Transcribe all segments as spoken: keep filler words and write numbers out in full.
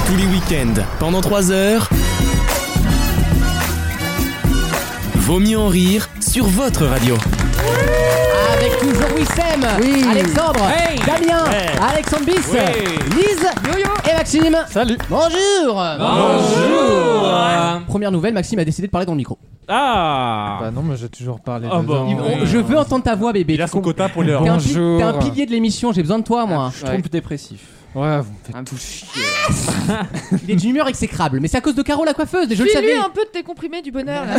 Tous les week-ends, pendant trois heures, Vaut mieux en rire sur votre radio. Avec toujours Wissem, oui. Alexandre, hey. Damien, hey. Alexandre Bis, oui. Lise Yo-yo. et Maxime. Salut. Bonjour. Bonjour. Première nouvelle, Maxime a décidé de parler dans le micro. Ah. Bah non, mais j'ai toujours parlé Oh dedans. bon. Il- Je veux entendre ta voix, bébé. Il a son quota pour l'heure. T'es un, pi- Bonjour. t'es un pilier de l'émission, j'ai besoin de toi, moi. Je trouve dépressif. Ouais, vous me faites Un tout peu chier. Il est d'une humeur exécrable, mais c'est à cause de Caro la coiffeuse, je le File-lui savais. un peu de tes comprimés du bonheur là.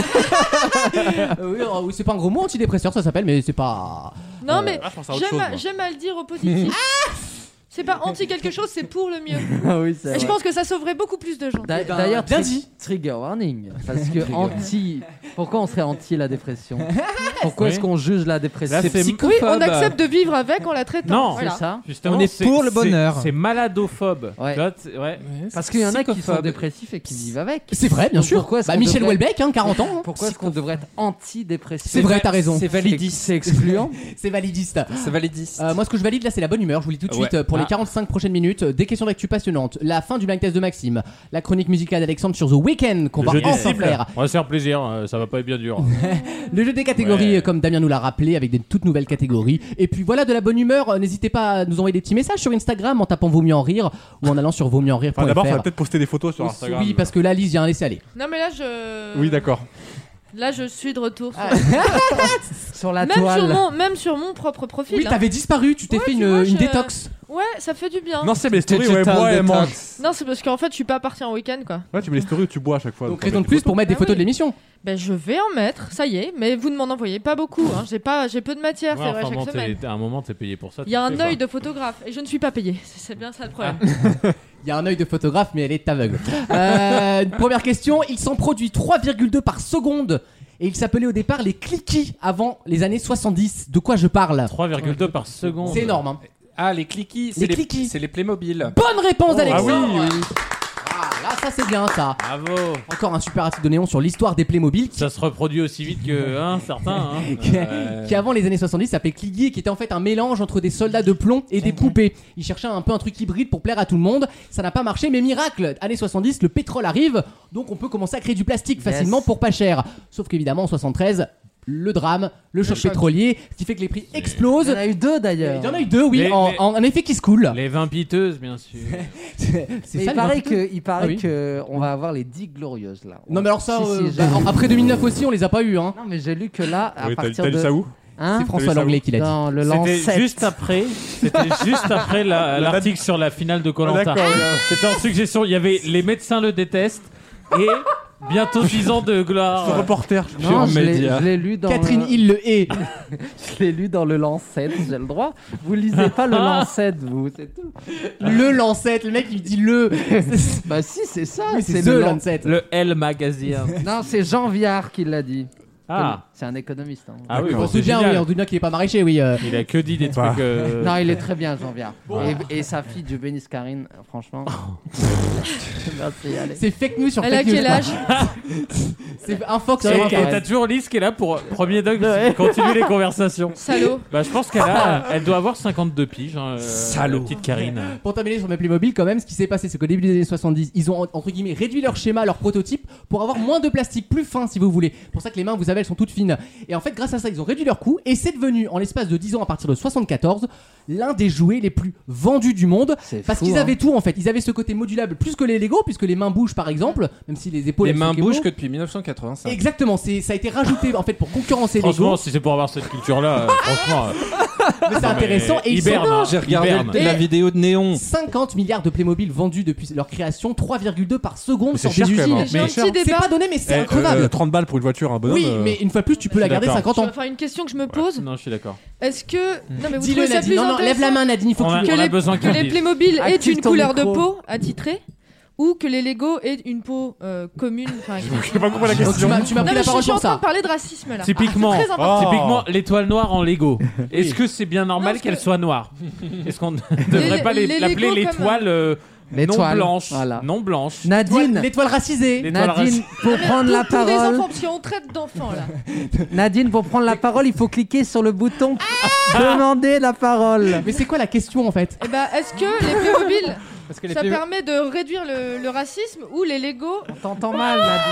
Euh, oui, euh, oui, c'est pas un gros mot, antidépresseur ça s'appelle, mais c'est pas. Non Euh, mais ah, je pense à autre j'aime chose, à, moi. j'aime à le dire au positif. C'est pas anti quelque chose, c'est pour le mieux. Ah oui, c'est Et vrai. je pense que ça sauverait beaucoup plus de gens. D'a- ben, D'ailleurs, bien tri- dit. trigger warning. Parce que anti. Pourquoi on serait anti la dépression? Pourquoi Oui. est-ce qu'on juge la dépression? Là, c'est Oui, on accepte de vivre avec en la traitant. Non. Voilà. C'est ça. Justement, On est c'est- pour le c'est- bonheur. C'est maladophobe. Ouais. Tu vois, c'est- ouais. Parce qu'il y en a qui sont Psychophobe. dépressifs et qui vivent avec. C'est vrai, bien Donc sûr. pourquoi est-ce Bah, qu'on Michel devrait- Houellebecq, hein, quarante ans. hein. Pourquoi est-ce qu'on devrait être anti-dépression? C'est vrai, t'as raison. C'est validiste. C'est excluant. C'est validiste. C'est validiste. Euh, moi, ce que je valide là, c'est la bonne humeur. Je vous le dis tout de Ouais. suite euh, pour les Ah. quarante-cinq prochaines minutes. euh, Des questions d'actu passionnantes, la fin du blind test de Maxime, la chronique musicale d'Alexandre sur The Weeknd qu'on Le va jeu des enfin cibles. faire. On va se faire plaisir, euh, ça va pas être bien dur. Le jeu des catégories, Ouais. euh, comme Damien nous l'a rappelé, avec des toutes nouvelles catégories. Et puis voilà, de la bonne humeur. Euh, N'hésitez pas à nous envoyer des petits messages sur Instagram en tapant Vaut mieux en rire ou en allant sur vaut mieux en rire point Enfin, d'abord, F R. on va peut-être poster des photos sur Instagram. Oui, parce que là, Lise vient laisser aller. Non mais là je. Oui, d'accord. Là je suis de retour. Sur... Sur la même, toile. sur mon, même sur mon propre profil. Oui, hein. t'avais disparu, tu t'es Ouais, fait tu une, vois, une je- détox. Ouais, ça fait du bien. Non, c'est mes stories, Digital ouais, bois et detox. mange. Non, c'est parce qu'en fait je suis pas parti en week-end quoi. Ouais, tu mets les stories où tu bois à chaque fois. Donc on raison met de plus des pour mettre des Ah photos oui. de l'émission. Ben je vais en mettre, ça y est, mais vous ne m'en envoyez pas beaucoup. Hein. J'ai pas, j'ai peu de matière, Ouais, c'est vrai enfin, chaque bon, semaine. t'es- à un moment, t'es payé pour ça. Il y a tu un fais, œil quoi. de photographe et je ne suis pas payé. C'est c'est bien ça le problème. Il y a un œil de photographe, mais elle est aveugle. Euh, première question, il s'en produit trois virgule deux par seconde. Et il s'appelait au départ les cliquis avant les années soixante-dix. De quoi je parle? trois virgule deux par seconde. C'est énorme. Hein. Ah, les cliquis. Les cliquis. C'est les Playmobil. Bonne réponse Ah oui, d'Alexandre. oui. Ah, là, ça c'est bien ça. Bravo. Encore un super article de Néon sur l'histoire des Playmobil qui, Ça se reproduit aussi vite que hein, certains. Hein. qui, Euh, qui, avant les années soixante-dix s'appelait Cliquis, qui était en fait un mélange entre des soldats de plomb et des poupées. Ils cherchaient un peu un truc hybride pour plaire à tout le monde. Ça n'a pas marché, mais miracle, années soixante-dix, le pétrole arrive, donc on peut commencer à créer du plastique facilement Yes. pour pas cher. Sauf qu'évidemment en soixante-treize, le drame, le choc choc. pétrolier, ce qui fait que les prix Il y explosent. en a eu deux d'ailleurs. Il y en a eu deux, oui, Les- en, les- en- en effet qui se coulent. Les vins piteuses, bien sûr. C'est Mais ça, il paraît le que, il paraît Ah oui. que on va avoir les dix glorieuses là. Non mais alors ça, Si, si, euh, j'ai bah, lu. après deux mille neuf aussi, on les a pas eu. Hein. Non mais j'ai lu que là, à Oui, t'as partir t'as de. lu ça où Hein C'est François ça Langlais qui l'a dit. Dans le C'était Lancet. juste après. C'était juste après la- l'article sur la finale de Koh-Lanta. D'accord, ouais. C'était en suggestion. Il y avait les médecins le détestent et bientôt dix ans de Ce gloire. reporter. Non, je l'ai média. je l'ai lu dans. Catherine le... Hill le hait. Je l'ai lu dans le Lancet. J'ai le droit. Vous lisez pas le Lancet, vous, c'est tout. Le Lancet, le mec il dit le. C'est- Bah si, c'est ça. Oui, c'est le The Lan- Lancet. Le L Magazine. Non, c'est Jean Viard qui l'a dit. Ah. C'est un économiste. hein. Ah oui, On bon, se c'est souvient, oui, génial. on se souvient qu'il est pas maraîcher, oui. euh. Il a que dit des Bah. trucs. euh, Non, il est très bien, Jean Viard. Et, et sa fille, Dieu bénisse Karine, franchement. Merci, allez. C'est fake news sur Elle a fake news. quel âge? C'est un Fox Et sur et Internet. t'as toujours Lise qui est là pour premier dog continuer les conversations. Salaud. Bah je pense qu'elle a, elle doit avoir cinquante-deux piges. Hein, euh, Salaud. la petite Karine. Pour terminer sur mes Playmobil, quand même, ce qui s'est passé, c'est qu'au début des années soixante-dix, ils ont entre guillemets réduit leur schéma, leur prototype, pour avoir moins de plastique, plus fin si vous voulez. Pour ça que les mains, vous savez, elles sont toutes fines. Et en fait, grâce à ça, ils ont réduit leur coût, et c'est devenu, en l'espace de dix ans, à partir de soixante-quatorze, l'un des jouets les plus vendus du monde. C'est Parce fou, qu'ils hein. avaient tout en fait. Ils avaient ce côté modulable plus que les Lego, puisque les mains bougent par exemple, même si les épaules Les elles mains sont Kemo. bougent que depuis mille neuf cent quatre-vingt-cinq. Exactement, c'est, ça a été rajouté en fait pour concurrencer Franchement, Lego. si c'est pour avoir cette culture-là, euh, franchement. euh, Mais c'est intéressant. Et ils sont hiberne, hein, J'ai regardé hiberne. la vidéo de Néon. cinquante milliards de Playmobil vendus depuis leur création, trois virgule deux par seconde Mais sur c'est des cher, quand même, usines. hein. J'ai un Mais petit C'est débat. pas donné, mais c'est Eh, incroyable. euh, trente balles pour une voiture, un bonhomme. Oui, euh, mais une fois de plus, tu peux la garder d'accord. cinquante ans. Enfin, une question que je me pose. Non, je suis d'accord. Est-ce que. Non, mais vous Dis-le, trouvez ça Nadine. plus Non, non, lève la intéressant main, Nadine, il faut On que a- tu que on a les, besoin que qu'il les dise. Playmobil aient Active une ton couleur de micro. peau attitrée ou que les Lego aient une peau euh, commune. Enfin, qui- J'ai pas compris la Donc, tu question. m'as tu m'as Non, pris mais la je, parole je suis en pour train ça. de parler de racisme là. Typiquement, Ah, c'est très important. Oh. typiquement l'étoile noire en Lego. Est-ce Oui. que c'est bien normal parce qu'elle que- soit noire? Est-ce qu'on ne devrait Les- pas les- les l'appeler Lego l'étoile euh, non L'étoile, blanche? voilà. Non blanche. Nadine, L'étoile racisée. L'étoile Nadine, racisée. pour Ah, mais prendre la pour, pour les parole, enfants, parce qu'on traite d'enfants là. Nadine, pour prendre la parole, il faut cliquer sur le bouton demander la parole. Mais c'est quoi la question en fait? Eh ben, est-ce que les Playmobil Parce que les Ça Play- permet de réduire le, le racisme ou les Lego. On t'entend mal, Nadine.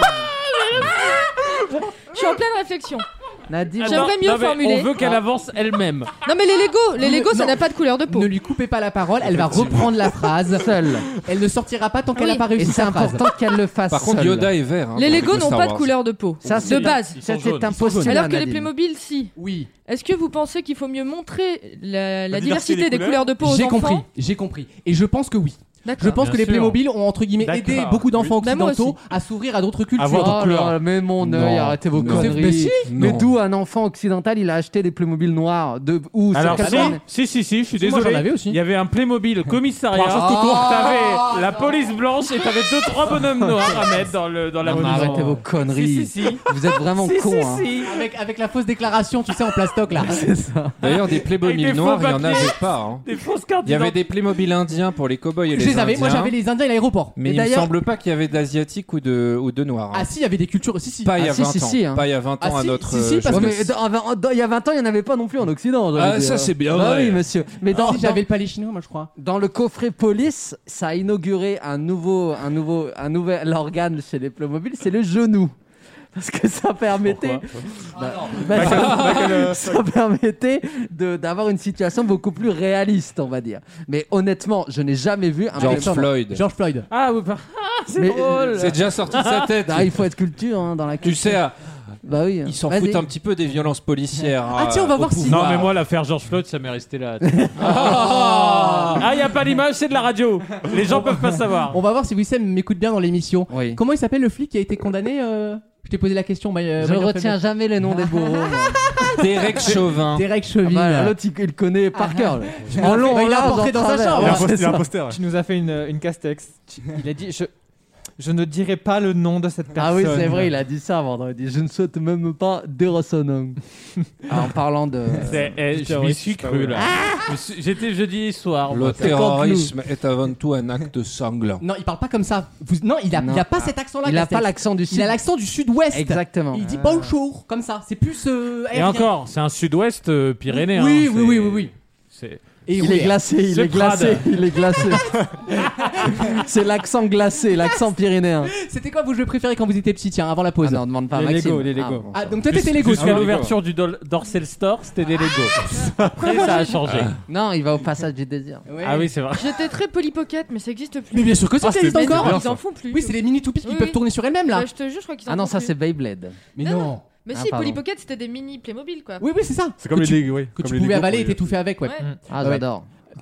Je suis en pleine réflexion. Nadine. Ah, J'aimerais non, mieux non, mais formuler. On veut qu'elle avance elle-même. Non mais les Lego, les Ne- Lego, ça non. n'a pas de couleur de peau. Ne lui coupez pas la parole, elle va reprendre la phrase. Seule. Elle ne sortira pas tant qu'elle Oui. n'a pas Et réussi c'est sa phrase. important qu'elle le fasse. Par contre, seule. Yoda est vert. hein, Les dans Lego Lego n'ont Star pas de Wars. couleur de peau. Ça, de c'est base. Ils Ça, sont c'est jaunes. un postulat, Alors que les Nadine. Playmobil, si. Oui, Est-ce que vous pensez qu'il faut mieux montrer la, la diversité diversité des des couleurs de peau aux j'ai enfants compris, j'ai compris. Et je pense que oui. Je D'accord. pense Bien que les sûr. Playmobil ont entre guillemets D'accord. aidé beaucoup d'enfants Bah, moi occidentaux aussi. à s'ouvrir à d'autres cultures. Avoir d'autres Oh couleurs. là, mais mon œil, Non. arrêtez vos Non. conneries. Mais si. Mais Non. d'où un enfant occidental, il a acheté des Playmobil noirs de ou sur Alors quelle si, chaîne si, si, si, je suis Si, moi, désolé. j'en avais aussi. Il y avait un Playmobil commissariat. Ah. T'avais la police blanche et t'avais deux trois bonhommes noirs à mettre dans le dans la Non, mais police. arrêtez vos conneries. Si, si, si. Vous êtes vraiment Si, cons. si, hein. si. Avec, avec la fausse déclaration, tu sais, en plastoc là. C'est ça. D'ailleurs, des Avec Playmobil des faux noirs, il y en papiers. avait pas. hein. Des fausses cartes Il y avait d'identité. des Playmobil indiens pour les cowboys et Je les les avais, indiens. moi j'avais les Indiens à l'aéroport. Mais Et il me d'ailleurs- semble pas qu'il y avait d'asiatiques ou de, ou de noirs. hein. Ah si, il y avait des cultures. Si, si. Pas il y a Ah, si, vingt si, ans. si, hein. Pas il y a vingt Ah, ans à si, notre si, si, euh, parce Ouais, que- jeunesse. mais dans- dans- dans- il y a vingt ans, il n'y en avait pas non plus en Occident. j'allais Ah, dire. ça, c'est bien Bah vrai. oui, monsieur. Mais dans, Ah, si, dans- j'avais le palais chinois, moi je crois. dans le coffret police, ça a inauguré un nouveau, un nouveau, un nouvel organe chez les Playmobil, c'est le genou. Parce que ça permettait, bah, bah, ça, ça permettait de- d'avoir une situation beaucoup plus réaliste, on va dire. Mais honnêtement, je n'ai jamais vu un George Playmobil- Floyd. George Floyd. Ah, oui, bah, ah, c'est Mais- drôle. C'est déjà sorti de sa tête. Ah, il faut être culture hein, dans la culture. Tu sais, ah, Bah oui. ils s'en Vas-y. foutent un petit peu des violences policières. Ah, tiens, on va euh, voir au si- pouvoir. Non, mais moi, l'affaire George Floyd, ça m'est resté là. Ah, il n'y a pas l'image, c'est de la radio. Les gens peuvent pas savoir. On va voir si Wissem m'écoute bien dans l'émission. Oui. Comment il s'appelle le flic qui a été condamné euh Je t'ai posé la question. Ma- euh, Je Maillard retiens Faible. jamais les noms des bourreaux. moi. Derek Chauvin. Derek Ah Chauvin. bah, L'autre, il, il connaît par cœur. là. nous En as long, fait- bah, en il a large, porté en dans sa travers. chambre. Il a un Ouais, poster- c'est il a un ça. poster. ouais. Tu nous as fait une, une casse-texte. Tu- Il a dit je, je ne dirai pas le nom de cette Ah personne. oui, c'est vrai, il a dit ça vendredi. Je ne souhaite même pas dire son nom. Ah, en parlant de. C'est- eh, je m'y suis cru là. Je me suis- J'étais jeudi soir. Le moi. terrorisme est avant tout un acte sanglant. Non, il parle pas comme ça. Vous- Non, il a, Non. il a pas cet accent-là. Il a Castex. pas l'accent du sud. Il a l'accent du sud-ouest. Exactement. Il dit bonjour comme ça. C'est plus. euh, Et aérien. encore, c'est un sud-ouest euh, pyrénéen. Oui, hein, oui, c'est- oui, oui, oui. c'est- Et Il oui, est glacé, il C'est est glacé, Prade. il est glacé. C'est l'accent glacé, l'accent pyrénéen. C'était quoi vos jeux préférés quand vous étiez petit, tiens, avant la pause? Ah non, demande pas à Les Maxime. Lego, les Lego. bon, Ah, ça. donc toi t'étais Lego. Jusqu'à toi. l'ouverture du Dol- Dorsal Store, c'était des Lego. Après, ça a changé. Non, il va au passage du désir. Ouais. Ah oui, c'est vrai. J'étais très Polly Pocket, mais ça existe plus. Mais bien sûr que ça, Ah, ça existe Mais non, encore. ils en font plus. Oui, c'est les mini toupies qui Oui, peuvent oui. tourner sur elles-mêmes là. Bah, je te jure, je crois qu'ils en Ah non, font ça plus. c'est Beyblade. Mais Non, non. Mais Ah, si, pardon. Polly Pocket, c'était des mini Playmobil quoi. Oui, oui, c'est ça. C'est comme Que les tu- Lego, oui. Que comme tu les pouvais Lego avaler pour et les- t'étouffer avec, ouais. Ouais. Ah, Ouais. j'adore.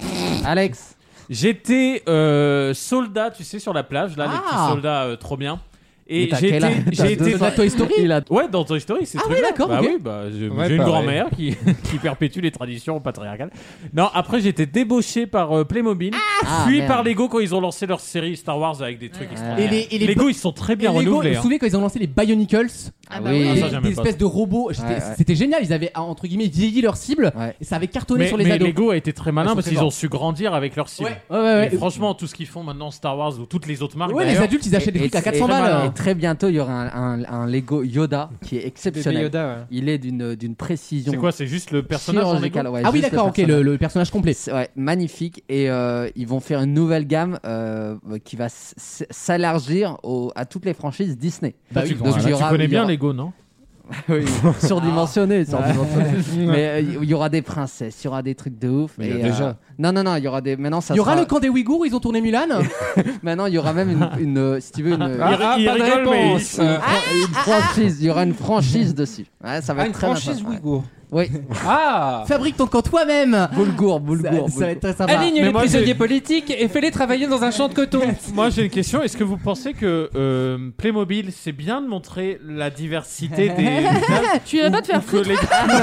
Alex, J'étais euh, soldat, tu sais, sur la plage, là, les Ah. petits soldats euh, trop bien. Et Mais t'as j'ai quel été, âge j'ai T'as été, deux Dans Toy Story. il a. ouais, dans Toy Story, c'est Ah très oui, bien. d'accord, Bah ok. oui, bah, je- Ouais, j'ai une pareil. grand-mère qui, qui perpétue les traditions patriarcales. Non, après j'ai été débauché par euh, Playmobil, Ah, puis merde. par Lego quand ils ont lancé leur série Star Wars avec des trucs Ouais. extraordinaires. Et les, et les Lego, ils sont très bien et Lego, renouvelés. vous hein. vous souvenez quand ils ont lancé les Bionicles, Ah bah oui. oui. des, ça, j'aimais des pas. espèces de robots, j'étais- Ouais, ouais. c'était génial. Ils avaient entre guillemets vieilli leur cible Ouais. et ça avait cartonné Mais, sur les mais ados. Lego a été très Ils malin sont parce très qu'ils forts. ont su grandir avec leur cible. Ouais, ouais, ouais. Et franchement, tout ce qu'ils font maintenant, Star Wars ou toutes les autres marques, Ouais, les d'ailleurs, adultes ils achètent des Et- trucs à et- quatre cents et- balles. Et très bientôt, il y aura un, un, un Lego Yoda qui est Bébé exceptionnel. Yoda, ouais. Il est d'une d'une précision. c'est quoi C'est juste le personnage en Lego chirurgicale, ouais, Ah oui, juste d'accord, ok, personnage. le, le personnage complet. C'est- Ouais, magnifique. Et euh, ils vont faire une nouvelle gamme euh, qui va s- s- s'élargir au- à toutes les franchises Disney. Bah tu, oui, donc tu il y aura- connais il y bien aura- Lego, non? Oui, surdimensionné, surdimensionné. Mais euh, il y aura des princesses, il y aura des trucs de ouf. Mais il y a et, euh, déjà. Non, non, non, il y aura des. Maintenant, ça Il y aura sera- le camp des Ouïghours où ils ont tourné Mulan. Maintenant, il y aura même une, une, euh, si tu veux, une, Ah, il pas de rigole, mais réponse. une, fran- une franchise. Il y aura une franchise dessus. Ouais, ça va Ah, être une très franchise intéressant, ouais. Ouïghour. Oui, Ah Fabrique ton camp toi-même. Boulgour, Ça, Boulgour. ça va être très sympa. Aligne Mais les moi, prisonniers j'ai- politiques et fais-les travailler dans un champ de coton. Moi j'ai une question, est-ce que vous pensez que euh, Playmobil c'est bien de montrer la diversité des... Tu vas pas te faire Ou que foutre.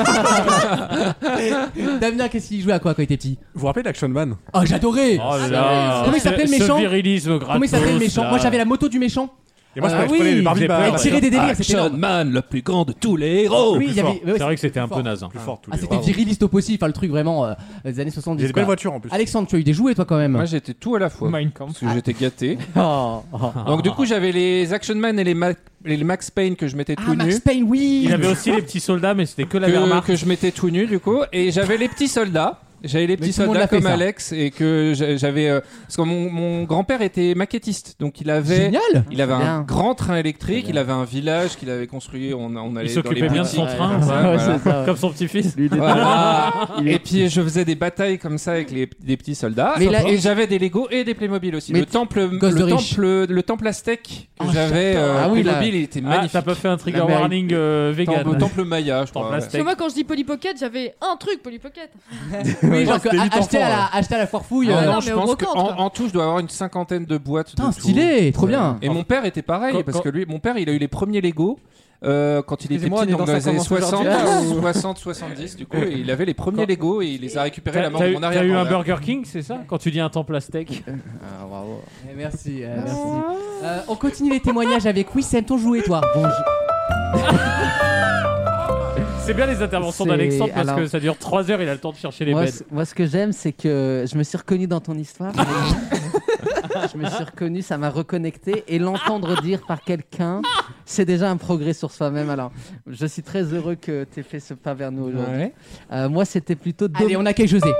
les- Damien, qu'est-ce qu'il jouait à quoi quand il était petit? Vous vous rappelez d'Action Man? Oh, j'adorais. Oh là Ah, là, Comment il s'appelait le ce- méchant Ce virilisme gratos. Comment il s'appelait le méchant? là. Moi j'avais la moto du méchant. Et moi, je Euh, prenais- je prenais oui, les Barbie j'ai Barbie. peur. Elle tirait des délires, c'était Action énorme. Man, le plus grand de tous les héros. Oui, il y avait. fort. ouais, C'est vrai que c'était un fort. peu naze. hein. Plus fort tous Ah, les c'était héros. viriliste au possible, enfin le truc vraiment euh, des années soixante-dix. J'ai des quoi. belles voitures en plus. Alexandre, tu as eu des jouets toi quand même. Moi j'étais tout à la fois. Mein Kampf. Parce que j'étais gâté. Oh, oh. Donc du coup j'avais les Action Man et les, Ma- et les Max Payne que je mettais Ah, tout Max nus. Payne, oui. Il avait aussi les petits soldats, mais c'était que la Que, Wehrmacht. que je mettais tout nu du coup. Et j'avais les petits soldats. J'avais les Mais petits tout le monde soldats l'a fait, comme ça. Alex et que j'a- j'avais euh, parce que mon, mon grand-père était maquettiste, donc il avait Génial. il avait Bien. un grand train électrique, il avait un village qu'il avait construit. On, on allait Il dans les s'occupait bien de son boutiques. train, Ouais, ouais, voilà. c'est ça, ouais. comme son petit-fils. Voilà. Et puis je faisais des batailles comme ça avec les, des petits soldats. Mais là- et j'avais des Lego et des Playmobil aussi. Mais Le temple, gosse de le riche. temple, le temple aztèque que Ah, j'avais. j'adore. Euh, Ah oui, là. Playmobil, il était Ah, magnifique. t'as pas fait un trigger La mairie. warning euh, vegan. temple, temple Maya, je Temple crois. ouais. aztèque. Parce que moi, quand je dis Polly Pocket, j'avais un truc Polly Pocket. Oui, genre que c'était huit acheter à enfants, la acheter à la foire fouille. Ah euh, non, non, je mais au pense brocante, qu'en quoi. en tout, je dois avoir une cinquantaine de boîtes. Putain, de tout. stylé, trop bien. Et mon père était pareil Quand- parce quand- que lui, mon père, il a eu les premiers Lego. euh, quand il était Excusez-moi, petit, on est donc dans dans Ça les années commence soixante, aujourd'hui. soixante, soixante-dix, du coup, et il avait les premiers Lego et il les a récupérés à T'as la mort t'as de eu, mon t'as arrière. eu un Burger King, c'est ça? Quand tu dis un temple aztèque. Ah, bravo. Eh, Merci, euh, merci. Euh, on continue les témoignages avec Wissem, ton jouet, toi. Bonjour. C'est bien les interventions C'est- d'Alexandre parce alors- que ça dure trois heures, il a le temps de chercher les Moi, bêtes. c- moi, ce que j'aime, c'est que je me suis reconnu dans ton histoire. Je me suis reconnu, ça m'a reconnecté. Et l'entendre dire par quelqu'un, c'est déjà un progrès sur soi-même. Alors, je suis très heureux que tu aies fait ce pas vers nous aujourd'hui. Ouais. Euh, moi, c'était plutôt... Dom- Allez, on accueille José.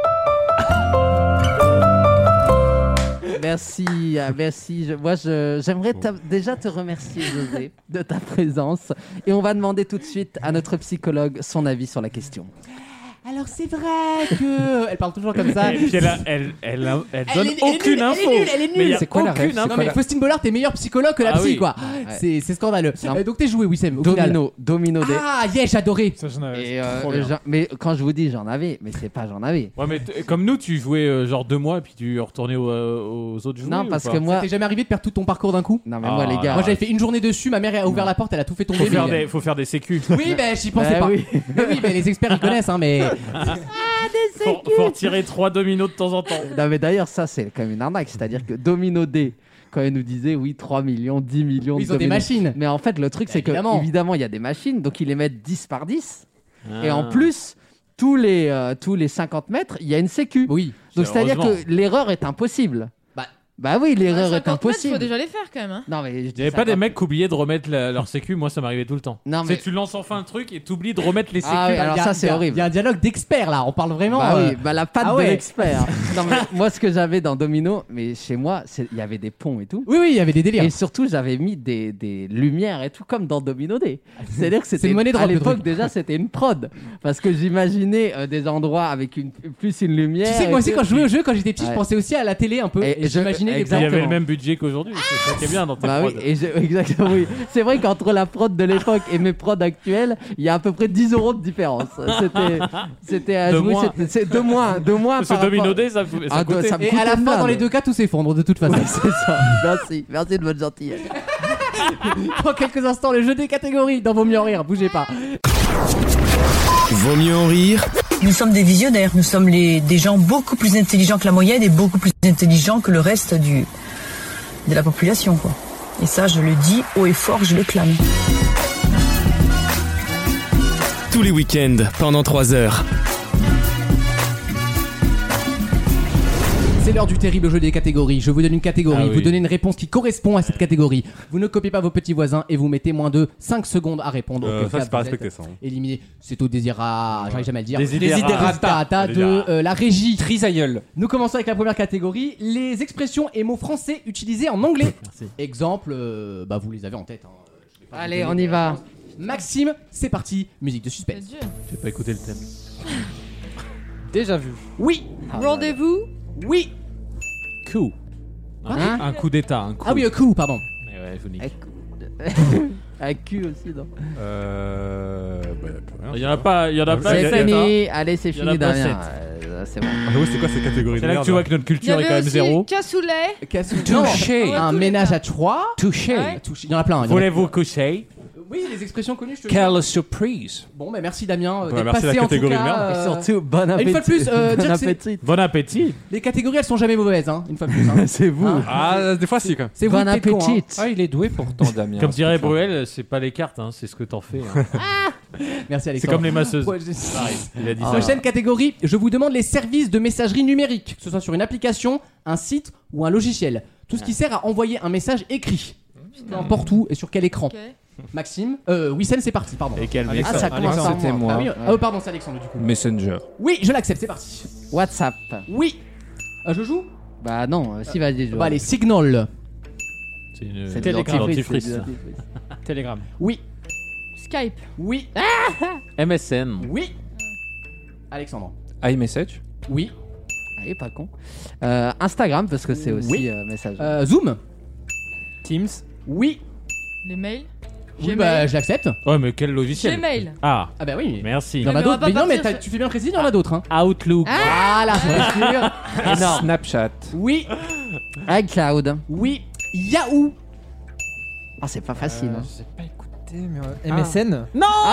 Merci, euh, merci. Je- moi, je- j'aimerais ta- déjà te remercier, José, de ta présence. Et on va demander tout de suite à notre psychologue son avis sur la question. Alors c'est vrai que elle parle toujours comme ça. Et puis elle, a- elle, elle, a- elle Elle donne est- elle est aucune nulle, info. elle est nulle, elle est nulle. Mais il y a C'est quoi la aucune ref C'est info. Non mais Faustine Bollard t'es meilleur psychologue que la Ah psy oui. quoi. Ouais. C'est c'est scandaleux. Non. Euh, donc t'es joué Wissem au final. Domino, domino des... Ah yes j'adorais. Ça, j'en avais- Et, euh, trop bien. j'en- mais quand je vous dis j'en avais, mais c'est pas j'en avais. Ouais, mais t- comme nous, tu jouais euh, genre deux mois et puis tu retournais aux, euh, aux autres jouets. Non, ou parce pas que moi, T'es jamais arrivé de perdre tout ton parcours d'un coup? non mais Ah, moi les gars, Moi j'avais fait une journée dessus, ma mère a ouvert Non. la porte, elle a tout fait tomber. faut faire, mais- des, faut faire des sécu. Oui ben j'y pensais Bah pas. oui. Mais oui mais les experts ils connaissent hein mais. faut, faut retirer trois dominos de temps en temps. Non mais d'ailleurs ça c'est quand même une arnaque, c'est-à-dire que Domino D, quand ils nous disaient oui trois millions, dix millions de Ils ont des dominos. machines. Mais en fait le truc c'est que Évidemment. évidemment il y a des machines, donc ils les mettent dix par dix. Et Ah. en plus, tous les, euh, tous les cinquante mètres, il y a une sécu. Oui. Donc c'est-à-dire Heureusement. que l'erreur est impossible. Bah. Bah oui, l'erreur est cinquante mètres, impossible. faut déjà les faire quand même. Hein. Non mais je Il dis y avait pas des cinquante. mecs qui oubliaient de remettre la- leur sécu. Moi, ça m'arrivait tout le temps. Non, Tu mais- sais, tu lances enfin un truc et t'oublies de remettre les sécu. Ah oui, alors Il y a- ça, c'est il y a- horrible. Il y a un dialogue d'experts là, on parle vraiment. Bah euh, oui, bah la patte ah de ouais. l'expert. Non mais moi ce que j'avais dans Domino, mais chez moi, c'est- il y avait des ponts et tout. Oui oui il y avait des délires. Et surtout, j'avais mis des, des lumières et tout comme dans Domino D. C'est-à-dire que C'est c'était une monnaie de à robe, le l'époque truc. déjà c'était une prod parce que j'imaginais euh, des endroits avec une plus une lumière. Tu sais que moi et aussi tout. quand je jouais au jeu quand j'étais petit Ouais. je pensais aussi à la télé un peu Et et, je- j'imaginais les Il y avait exactement. le même budget qu'aujourd'hui. C'est ça qui est bien dans tes Bah oui, prods. et je- exactement, oui. C'est vrai qu'entre la prod de l'époque et mes prods actuels, il y a à peu près dix euros de différence. C'était, c'était à De jouer, moins. c'était- c'est de moins, de moins Parce par que Domino rapport- D, ça, ça Ah, coûtait. ça me Et coûte à la une fin, dans blinde. les deux cas, tout s'effondre de toute façon. Ouais, c'est ça. Merci, merci de votre gentillesse. Dans quelques instants, le jeu des catégories dans Vaut mieux en rire, bougez pas. Vaut mieux en rire Nous sommes des visionnaires, nous sommes les, des gens beaucoup plus intelligents que la moyenne et beaucoup plus intelligents que le reste du, de la population, quoi. Et ça, je le dis haut et fort, je le clame. tous les week-ends pendant trois heures. C'est l'heure du terrible jeu des catégories. Je vous donne une catégorie, Ah oui. vous donnez une réponse qui correspond à cette catégorie. Vous ne copiez pas vos petits voisins et vous mettez moins de cinq secondes à répondre. Euh, auquel ça, cas c'est pas vous êtes respecté, ça, hein. Éliminé. C'est au désirata, j'arrive jamais à le dire. Desiderata. Desiderata de euh, la régie. Trisaïeul. Nous commençons avec la première catégorie, les expressions et mots français utilisés en anglais. Exemple, euh, bah vous les avez en tête. hein. Je vais pas vous Allez, donner on y des va. réponses. Maxime, c'est parti, musique de Mon suspense. Dieu. J'ai pas écouté le thème. Déjà vu. Oui, Rendez-vous. oui. Coup. Un, Hein un coup d'état. Un coup. Ah oui, un coup, pardon. Mais ouais, je vous nique. Avec cul aussi, non. Euh. Bah, y a plus rien. Il y en a pas. Il y en a pas. il y C'est a- il y a- fini, allez, c'est Il y en a fini, pas Damien. sept. Euh, C'est bon. Ah, oui, c'est quoi ces catégories de C'est là que merde tu vois que notre Il y culture est quand avait même aussi zéro. cassoulet. Cassoulet. Non, Touché. un tous les ménage cas. à trois. Touché. Ouais. Touché. Il y en a plein. il y en a- Voulez-vous coucher? Oui, les expressions connues, je te Quelle surprise. Bon, bah merci Damien euh, Ouais, d'être merci passé la en tout catégorie de cas. merde. euh, Et surtout, bon une appétit. fois de plus, euh, bon dire que c'est- appétit. Bon appétit. Les catégories, elles sont jamais mauvaises, hein, une fois de plus. hein. C'est vous. Hein. Ah, des fois, si, quand même. C'est vous Bon qui êtes con, hein. appétit. Ah, il est doué pourtant, Damien. Comme dirait Franchement. Bruel, c'est pas les cartes, hein, c'est ce que t'en fais. hein. Merci C'est Alexandre. comme les masseuses. Ouais, je- Pareil, il a dit Ah. ça. Prochaine catégorie, je vous demande les services de messagerie numérique, que ce soit sur une application, un site ou un logiciel. Tout ce qui sert à envoyer un message écrit. N'importe où et sur quel écran. Ok. Maxime. Euh, Wissem, c'est parti, pardon. Et quel Alex- Ah, ça commence par c'était moi. Ah moi. oui, euh, oh, pardon, c'est Alexandre du coup. Messenger. Oui, je l'accepte, c'est parti. WhatsApp. Oui. Euh, je joue Bah non, euh, si vas-y. je- Bah allez, Signal. C'est une C'est Télégramme. du dentifrice, dentifrice, c'est du ça. dentifrice. Telegram. Oui. Skype. Oui. M S N. Oui. Alexandre. iMessage. Oui. Ah, pas con. Euh, Instagram, parce que c'est aussi Oui. euh, message. Euh, Zoom. Teams. Oui. Les mails. Oui, Gmail. bah je l'accepte. Ouais, mais quel logiciel Gmail. Ah, Ah bah oui. merci. Il y en a Mais on va d'autres. pas Mais non, mais partir t'as- sur- tu fais bien préciser, il y en a d'autres. Hein. Outlook. Voilà, c'est sûr. Énorme. Snapchat. Oui. iCloud. Oui. Yahoo. Ah, c'est pas facile. hein. J'ai pas écouté, mais. euh, M S N.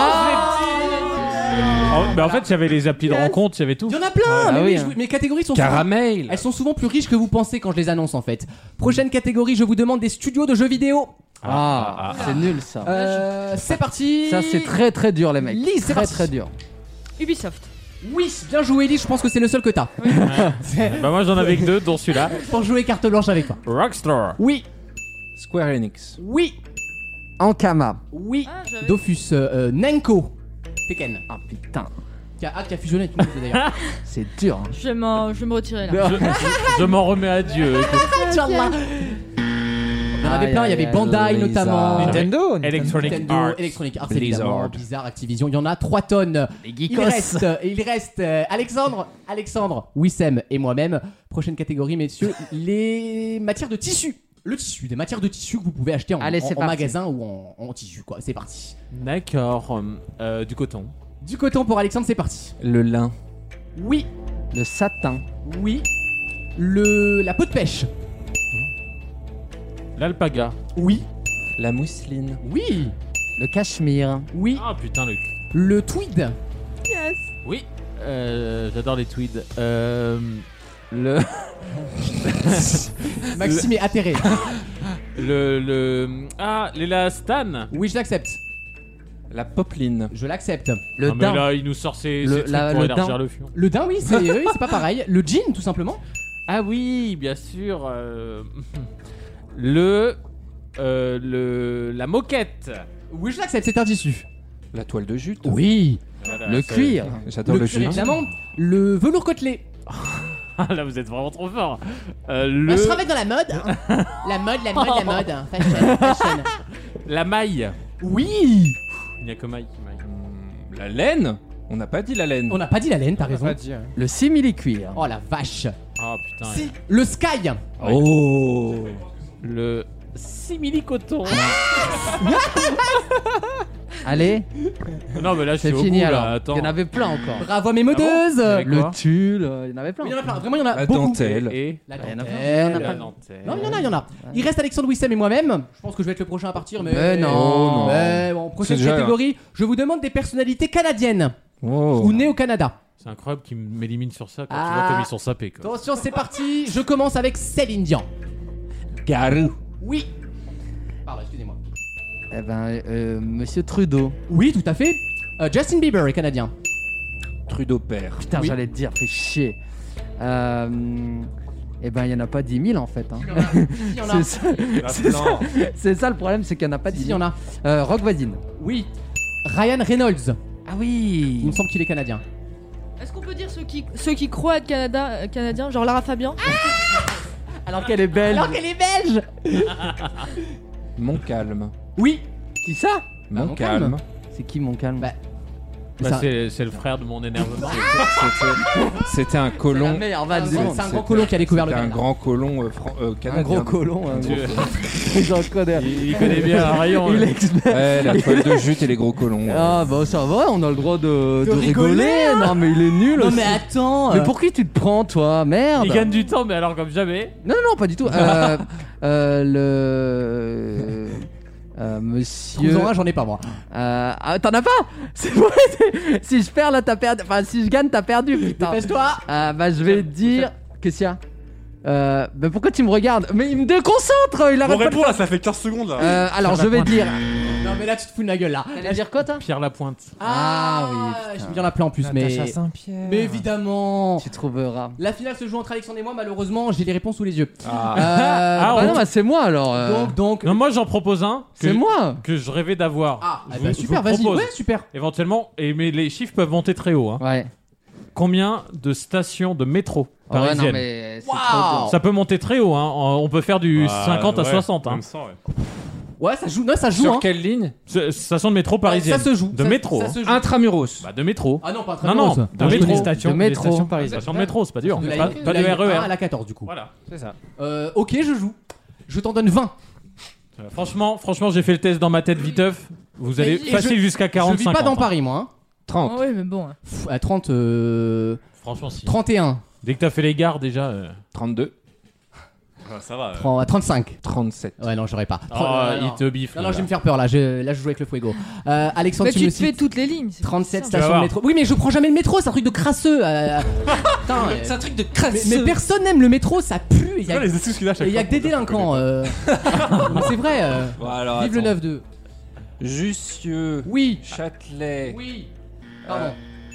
Oh, mais en fait, il y avait les applis de rencontre, il y avait tout. Il y en a plein. Ah mais oui, oui, hein. je- mes catégories sont souvent- Caramel. elles sont souvent plus riches que vous pensez quand je les annonce en fait. Prochaine catégorie, je vous demande des studios de jeux vidéo. Ah, ah, c'est nul ça. Euh, c'est parti. Ça, c'est très très dur, les mecs. Lise, c'est très parti. très dur. Ubisoft. Oui, bien joué, Elise. Je pense que c'est le seul que t'as. Bah, moi, j'en avais que deux, dont celui-là. Pour jouer carte blanche avec toi. Rockstar. Oui, Square Enix. oui, Ankama. oui. Ah, j'avais- Dofus, euh, euh, Nenko, Tekken. Ah putain, Qui a, ah, qui a fusionné avec nous d'ailleurs. c'est dur. hein. Je vais, m'en- je vais me retirer là. Je, je- je m'en remets à Dieu. écoute. Inch'Allah. Il y en avait Aïe, plein, il y aïe, avait aïe, Bandai Blizzard. notamment. Nintendo. Electronic Nintendo, Arts. Electronic Arts Blizzard. évidemment, Blizzard, Activision, il y en a trois tonnes. Les Il geekos. reste, il reste euh, Alexandre, Alexandre, Wissem et moi-même. Prochaine catégorie, messieurs, les matières de tissu. Le tissu, des matières de tissu que vous pouvez acheter en, Allez, en- c'est en parti. magasin ou en, en tissu, quoi. C'est parti. D'accord. Euh, du coton. Du coton pour Alexandre, c'est parti. Le lin. Oui, Le satin. oui. Le, la peau de pêche. L'alpaga. Oui, La mousseline. oui, Le cachemire. oui. Ah putain, le. Le tweed. Oui. Euh, J'adore les tweeds. Euh, le. Maxime est atterré. Le. Le. Ah, l'élastane. Oui, je l'accepte. La popeline. Je l'accepte. Le Non, mais daim. là, il nous sort ses, Le- ses trucs la- pour le élargir daim. le fion. Le daim, oui, c'est oui, c'est pas pareil. Le jean, tout simplement. Ah oui, bien sûr. euh, Le. Euh, le. La moquette. Oui, je l'accepte, c'est un tissu. La toile de jute. Oui. Voilà, Le ça- cuir. J'adore le, Le jute. cuir, évidemment. Le velours côtelé. Ah, là, vous êtes vraiment trop fort. Euh, On le. se travaille dans la mode. hein. La mode, la mode, la mode. hein. Fashion, fashion. La maille. Oui. Il n'y a que maille qui maille. Hmm, La laine. On n'a pas dit la laine. On n'a pas dit la laine, t'as raison. Pas dire. Le simili-cuir. Oh la vache. Ah putain. Si. Le sky. Oh. Le. Simili-coton. Allez, Non, mais là, je suis c'est au fini bout, alors. là. Attends. Il y en avait plein encore. Bravo à mes modeuses. Avec Le quoi tulle, euh, il y en avait plein. Mais il y en a plein. Vraiment, il y en a La beaucoup. dentelle. Et. La Il y en a dentelle. plein. Il y en a La plein. dentelle. Non, il y en a, il y en a. Il reste Alexandre Wissem et moi-même. Je pense que je vais être le prochain à partir, mais. Mais non. Mais bon, prochaine C'est déjà- catégorie. Je vous demande des personnalités canadiennes Oh. ou nées au Canada. C'est incroyable qu'ils m'éliminent sur ça quand tu Ah. vois comme ils sont sapés. Quoi. Attention, c'est parti. Je commence avec Céline Dion. Garou. Oui. Pardon, excusez-moi. Eh ben, euh, Monsieur Trudeau. Oui, tout à fait. Euh, Justin Bieber est canadien. Trudeau père. Putain, Oui. j'allais te dire, fais chier. Euh, eh ben, il y en a pas dix mille en fait. hein. Il y en a. C'est ça, c'est ça, c'est ça le problème, c'est qu'il y en a pas Si, dix il y mille. en a. Euh, Rock voisine. Oui. Ryan Reynolds. Ah Il oui. me semble qu'il est canadien. Est-ce qu'on peut dire ceux qui, ceux qui croient être Canada, euh, canadiens, genre Lara Fabian Alors qu'elle est belle. Alors qu'elle est belge. Montcalm. Oui. Qui ça? Bah, Montcalm. Montcalm. C'est qui mon calme? Bah, Bah, Ça- c'est c'est le frère de mon énervement. C'était- C'était un la colon. meilleure c'est vanne du un, monde. c'est un grand colon qui a découvert le C'était un Canada. grand colon euh, fran- euh, Un canadien. gros colon. Un Tu- gros... J'en connais. il, il connaît bien un rayon. Il hein. est expert. Ouais, la toile de jute et les gros colons. Ah bah ça va, on a le droit de, De de rigoler, rigoler. hein. Non mais il est nul. Non aussi. mais attends. Mais euh, pour qui tu te prends toi? Merde. Il gagne du temps, mais alors comme jamais. Non non non, pas du tout. Euh, euh, le euh, Monsieur. Cousin, j'en ai pas moi. Euh, ah, t'en as pas? C'est vrai. c'est- Si je perds là, t'as perdu. Enfin, si je gagne, t'as perdu. Putain. Dépêche-toi. Euh, bah je vais dire. Qu'est-ce qu'il y a? Euh, bah pourquoi tu me regardes? Mais il me déconcentre. Il Bon, arrête pas de réponds là, ça fait quinze secondes là. Euh, alors je vais dire. Non mais là tu te fous de ma gueule là. T'allais dire quoi, toi? Pierre Lapointe. Ah, oui, j'aime bien l'appeler en plus, mais. Natacha Saint-Pierre. Mais évidemment. Tu trouveras. La finale se joue entre Alexandre et moi, malheureusement, j'ai les réponses sous les yeux. Ah. Euh, Ah, Bah on- non, bah c'est moi alors. euh, donc, donc. Non, moi j'en propose un. que- C'est moi. Que je rêvais d'avoir. Ah, Je eh ben, vous- super, je vous vas-y. propose, Ouais, super. Éventuellement, et, mais les chiffres peuvent monter très haut. Hein. Ouais. Combien de stations de métro Oh, ouais, parisiennes non, mais c'est Waouh. trop dur. Ça peut monter très haut. Hein. On peut faire du Ah, cinquante à ouais, soixante. Hein. même cent, ouais. Ouais, ça joue. Non, ça joue. Sur hein. quelle ligne? S- Station de métro parisienne. Ça se joue. De Ça- métro. Ça se joue. Intramuros. Bah, de métro. Ah non, pas très Non, non, de Moi, je métro. connais stations- De métro. les stations parisiennes. Station de métro, c'est pas dur. De la Pas, ligne- pas de de la ligne un R E à R. la quatorze du coup. Voilà. C'est ça. Euh, ok, je joue. Je t'en donne vingt. Euh, Franchement, franchement, j'ai fait le test dans ma tête viteuf. Vous allez Mais- facile Et je- jusqu'à quarante Je vis pas cinquante. dans Paris, moi. Hein. trente. Ah oui, mais bon. Pff, à trente. Euh... Franchement, si. trente et un. Dès que t'as fait les gares, déjà. euh, trente-deux. Ah, ça va. euh. trente, à trente-cinq. trente-sept. Ouais, non, j'aurais pas. Oh, Euh, il non. te biffe. Non, non, là. je vais me faire peur là. Je... Là, je joue avec le fuego. Euh, Alexandre, Mais tu tu me te fais cites toutes les lignes. c'est trente-sept ça. Tu vas stations de voir. métro. Oui, mais je prends jamais le métro, c'est un truc de crasseux. euh. Putain, euh, C'est un truc de mais, crasse. mais personne n'aime le métro, ça pue. Il y C'est a, quoi les excuses qu'il a à chaque il y a fois que des pour dire que je délinquants. connais euh. Mais c'est vrai. euh. Bon, alors, Vive le attends. neuf deux. Jussieu. Oui. Châtelet. Oui. Pardon.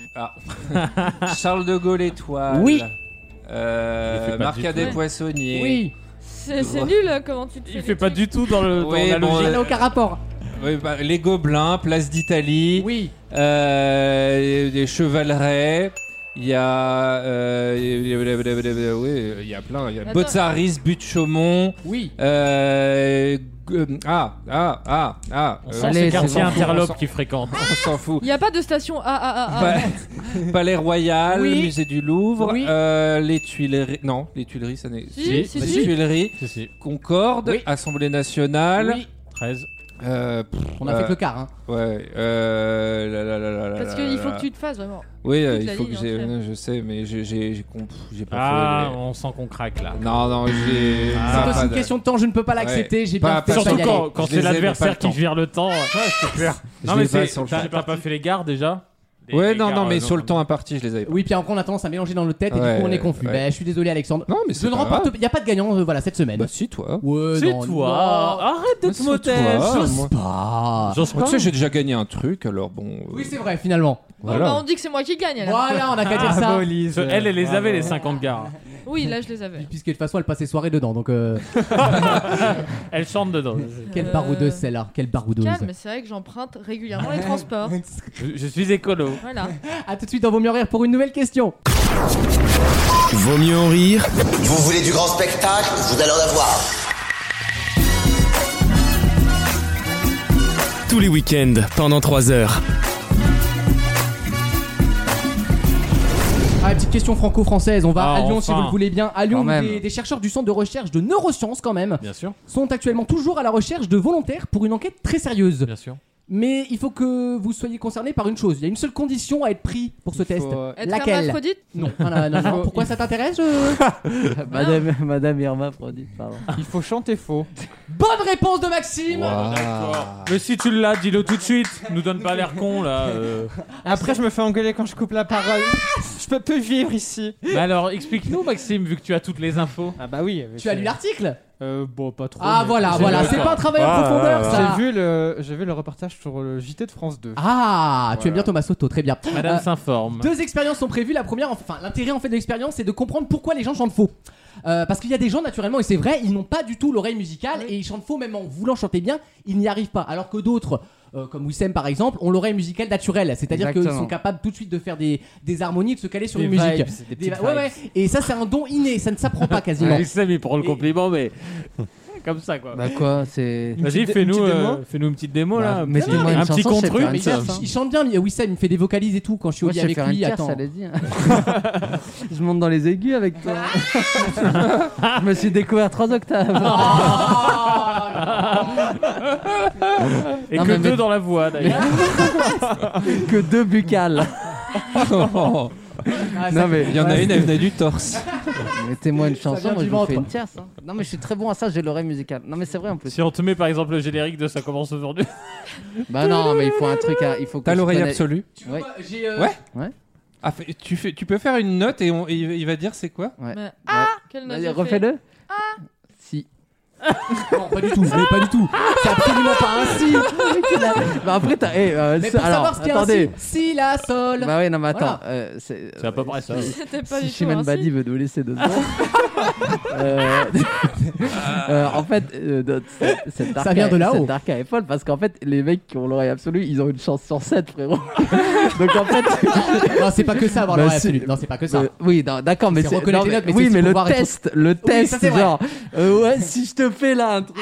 Ah. Charles de Gaulle Étoile. Oui. Euh, Il fait pas du Marcadet tout. Poissonnier. Oui. C'est c'est nul euh, comment tu te fais. Il les fait pas trucs. du tout dans, le, dans Oui, la bon, logique. Ça euh, n'a aucun rapport. Oui, bah, les Gobelins, Place d'Italie. Oui. Euh, des Chevalerets. Il y a. Euh, il y a- oui, il y a plein. Il y a Attends. Botzaris, Butte Chaumont. Oui. Euh, euh, ah, ah, ah, ah. On euh, sent Allez, ces c'est quartiers bon. interlopes qui fréquentent. on s'en fout. Il y a pas de station A A A A. Pa- Palais Royal, Oui. Musée du Louvre, Oui. euh, les Tuileries. Non, les Tuileries, ça n'est. Si, si, les si. Tuileries, Si, si. Concorde, Oui. Assemblée nationale. Oui. treize. Euh, pff, On a euh, fait que le quart. Hein. Ouais. Euh, là, là, là, là, là, Parce là, qu'il là, faut là. que tu te fasses vraiment. Oui, euh, toute il la faut ligne que j'ai. entière. non, Je sais, mais j'ai, j'ai, j'ai, comp- j'ai pas Ah, fait. les- on sent qu'on craque là. Non, non, j'ai. Ah, C'est pas aussi une de- question de temps, je ne peux pas l'accepter. J'ai Pas- bien fait pas- ça Surtout y aller. quand, quand Je c'est les ai, mais pas l'adversaire le qui temps. vire le temps. Ouais, c'est clair. Je Non, l'ai mais pas c'est. sur le T'as temps. t'as pas fait les gares déjà Les- Ouais, les non, gares, non, mais euh, sur le temps imparti, je les avais pas. Oui, puis après on a tendance à mélanger dans notre tête et Ouais, du coup on est confus. ouais. Bah, je suis désolé Alexandre. Non, mais Je c'est ne pas remporte. grave. Il n'y a pas de gagnant euh, voilà cette semaine. Bah, si, toi. Ouais, C'est non, toi. non. Arrête Mais d'être c'est modeste. toi. J'ose moi. pas. J'ose Moi, pas. tu sais, j'ai déjà gagné un truc, alors bon. euh, Oui, c'est vrai finalement. Bon, bah, on dit que c'est moi qui gagne alors. Voilà, on a qu'à dire ça. Bravo, Lise. Elle, elle les Bravo. avait les cinquante gares. Oui, là je les avais. Puisque de toute façon elle passait soirée dedans donc. euh, Elle chante dedans. Quelle Euh, baroudeuse celle-là. Quelle baroudeuse. Calme, mais c'est vrai que j'emprunte régulièrement les transports. Je, je suis écolo. Voilà. A tout de suite dans Vaut mieux en rire pour une nouvelle question. Vaut mieux en rire Vous voulez du grand spectacle? Vous allez en avoir. tous les week-ends pendant trois heures. Ah, petite question franco-française. On va Ah, à Lyon si enfin. vous le voulez bien. À Lyon, Quand même. des, des chercheurs du centre de recherche de neurosciences quand même Bien sûr. sont actuellement toujours à la recherche de volontaires pour une enquête très sérieuse. Bien sûr. Mais il faut que vous soyez concernés par une chose. Il y a une seule condition à être pris pour ce Il test. faut, euh, Être Laquelle? hermaphrodite? Non, non, non, non, non. Pourquoi ça t'intéresse euh Madame, Madame Irma Prodit, pardon. Il faut chanter faux. Bonne réponse de Maxime. D'accord. Mais si tu l'as, dis-le tout de suite. Nous donne pas l'air con là. euh. Après, je me fais engueuler quand je coupe la parole. Je peux plus vivre ici. Mais alors, explique-nous, Maxime, vu que tu as toutes les infos. Ah bah oui. Tu as lu l'article? Euh, bon, pas trop. Ah mais- voilà, J'ai voilà. vu- C'est pas un travail en Ah, profondeur ah, ça. J'ai vu le, j'ai vu le reportage sur le J T de France deux. Ah, tu aimes bien Thomas Soto, très bien. Madame Euh, s'informe. Deux expériences sont prévues. La première, enfin, l'intérêt en fait de l'expérience, c'est de comprendre pourquoi les gens chantent faux. Euh, parce qu'il y a des gens, naturellement, et c'est vrai, ils n'ont pas du tout l'oreille musicale et ils chantent faux même en voulant chanter bien, ils n'y arrivent pas. Alors que d'autres, euh, comme Wissem par exemple, ont l'oreille musicale naturelle, c'est-à-dire qu'ils Exactement. sont capables tout de suite de faire des, des harmonies, de se caler sur Des une musique. vibes, des Des- petites ouais, ouais. Et ça, c'est un don inné, ça ne s'apprend pas quasiment. Wissem, il prend le Et- compliment, mais comme ça quoi. Bah quoi, c'est. Vas-y, petite- fais-nous une petite euh, démo fais-nous une petite démo Bah, là. mettez-moi Non, une un petit chanson, je sais contre-truc. faire Mais une il, surf, hein. il chante bien, mais Wissem, il me fait des vocalises et tout quand je suis au Moi, lit je vais avec faire lui. une tierce, Attends. allez-y. Je monte dans les aigus avec toi. Je me suis découvert trois octaves. Et Non, que mais- deux mais- dans la voix d'ailleurs. Que deux buccales. Ah, ça- Non mais Il y en a une, elle venait du torse. mettez-moi une Ça chanson, vient moi du je vous fais ventre. une tierce. hein. Non mais je suis très bon à ça, j'ai l'oreille musicale. Non mais c'est vrai en plus. Si on te met par exemple le générique de Ça commence aujourd'hui. Bah non mais il faut un truc à... il faut que T'as je l'oreille connaisse- absolue. Tu veux Ouais. pas- j'ai, euh, Ouais. Ah, fais- tu, fais, tu peux faire une note et, on- et il il va dire c'est quoi? Ouais. Mais- Ah, quelle note Vas-y, j'ai fait refais-le. Si. Non, pas du tout, mais pas du tout. C'est absolument pas ainsi. Bah après, t'as. eh, euh, Mais c'est- pour alors, savoir ce qu'il y a attendez. ainsi, si, la, sol. Bah ouais, non, mais attends. Voilà. euh, c'est C'est à peu près ça. C'était pas si du tout Chimène ainsi. Badi veut nous laisser deux secondes. euh, euh, en fait, euh, notre- cette- cette Ça vient de là-haut. Cette darka est folle parce qu'en fait, les mecs qui ont l'oreille absolue, ils ont une chance sur sept, frérot. Donc en fait. Non, c'est pas que ça, avoir Bah, l'oreille c'est- absolue. Non, c'est pas que ça. Euh, oui, non, d'accord, mais C'est c'est. reconnaître non, les notes, mais oui, c'est mais aussi le pouvoir être- test, le Oui, test, ça, c'est vrai. genre, euh, ouais, si je te fais là un truc,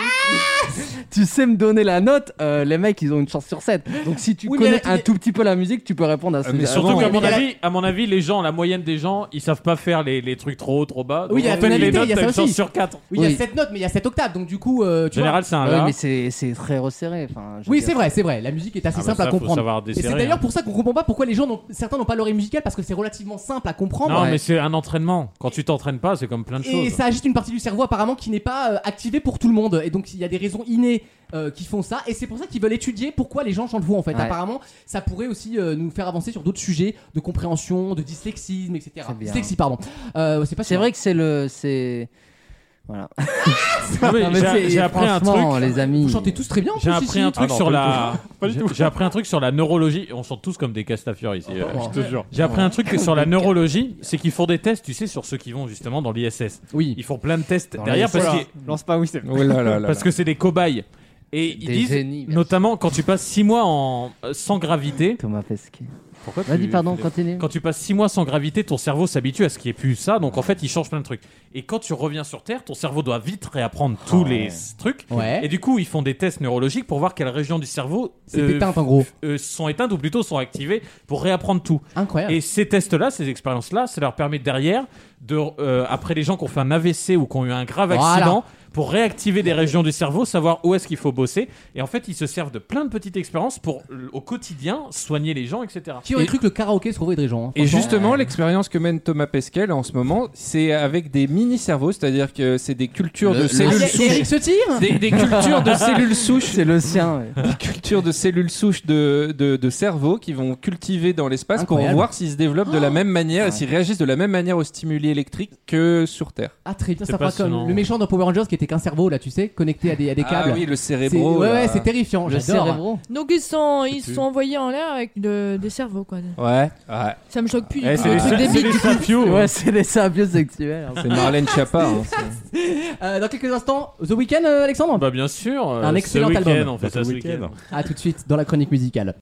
tu sais me donner la note, euh, les mecs, ils ont une chance sur sept. Donc si tu Oui, mais connais là, un tu- tout petit peu la musique, tu peux répondre à ce mais à- surtout avant, Surtout ouais. qu'à mon mais avis, à mon avis, les gens, la moyenne des gens, ils savent pas faire les, les trucs trop haut, trop bas. Oui, il y a en la fait, les tonalité, notes, il y a t'as ça une chance aussi. sur quatre. Oui, il y Oui. a sept notes, mais il y a sept octaves. Donc, du coup, euh, tu En vois. général, c'est un Ouais, la. mais c'est c'est très resserré. Enfin, je veux Oui, dire, c'est vrai, c'est vrai. La musique est assez Ah bah simple ça, à faut comprendre. savoir Et c'est desserrer, d'ailleurs hein. pour ça qu'on comprend pas pourquoi les gens, n'ont- certains n'ont pas l'oreille musicale parce que c'est relativement simple à comprendre. Non, Ouais. mais c'est un entraînement. Quand tu t'entraînes pas, c'est comme plein de Et choses. ça agite une partie du cerveau apparemment qui n'est pas euh, activée pour tout le monde. Et donc il y a des raisons innées euh, qui font ça. Et c'est pour ça qu'ils veulent étudier pourquoi les gens chantent faux en fait. Ouais. Apparemment, ça pourrait aussi euh, nous faire avancer sur d'autres sujets de compréhension, de dyslexisme, et cetera. C'est bien. Dyslexie, pardon. Euh, c'est pas C'est vrai que c'est le. c'est Voilà. Non, mais Non, mais j'ai- c'est- J'ai appris un franchement, truc. les amis. Vous chantez tous très bien. en J'ai plus, appris ici. un truc Ah non, sur pas du la. Pas du J'ai- tout. J'ai appris un truc sur la neurologie. On chante tous comme des castafiores ici. euh. Oh. Je te jure. J'ai appris un truc sur la neurologie, c'est qu'ils font des tests, tu sais, sur ceux qui vont justement dans l'I S S. Oui. Ils font plein de tests Dans derrière l'I S parce, S. Voilà. qu'ils- Lance pas oui, c'est Oh là là là parce là. que c'est des cobayes. Et ils Des disent, génies, merci. notamment quand tu passes six mois en, euh, sans gravité. Thomas Pesquet. Pourquoi Vas-y, tu- pardon, continue. Quand tu passes six mois sans gravité, ton cerveau s'habitue à ce qui est plus ça, donc en fait il change plein de trucs. Et quand tu reviens sur Terre, ton cerveau doit vite réapprendre tous les s- trucs. Ouais. Et du coup, ils font des tests neurologiques pour voir quelles régions du cerveau C'est éteinte, en gros. euh, sont éteintes ou plutôt sont activées pour réapprendre tout. Incroyable. Et ces tests-là, ces expériences-là, ça leur permet derrière, de, euh, après les gens qui ont fait un A V C ou qui ont eu un grave Voilà. accident, pour réactiver des régions du cerveau, savoir où est-ce qu'il faut bosser. Et en fait, ils se servent de plein de petites expériences pour, euh, au quotidien, soigner les gens, et cetera. Qui aurait Et- cru que le karaoké se trouvait des gens hein, Et franchement. justement, l'expérience que mène Thomas Pesquet là, en ce moment, c'est avec des mini-cerveaux, c'est-à-dire que c'est des cultures Le- de le- Ah, cellules y a- souches. Eric se tire. Des, des cultures de cellules souches. C'est le sien. ouais. Des cultures de cellules souches de, de, de cerveau qui vont cultiver dans l'espace pour Incroyable. voir s'ils se développent de la même manière et Ouais. s'ils réagissent de la même manière aux stimuli électriques que sur Terre. Ah très bien, C'est ça fera passionnant. comme le méchant dans Power Rangers qui était qu'un cerveau là, tu sais, connecté à des, à des câbles. Ah oui, le C'est- cérébro. ouais, là. ouais, c'est terrifiant. Le J'adore. cérébro. Donc ils sont, ils tu- sont envoyés en l'air avec de- des cerveaux quoi. Ouais, ouais. Ça me choque plus. Eh, du c'est tout, les le truc c'est débile. les sapios. Ouais, c'est des sapios sexuels. hein. C'est Marlène Schiappa. hein, c'est- Euh, dans quelques instants, The Weeknd, euh, Alexandre. Bah bien sûr. euh, Un excellent ce week-end, album. on fait ça ce week-end. À tout de suite dans la chronique musicale.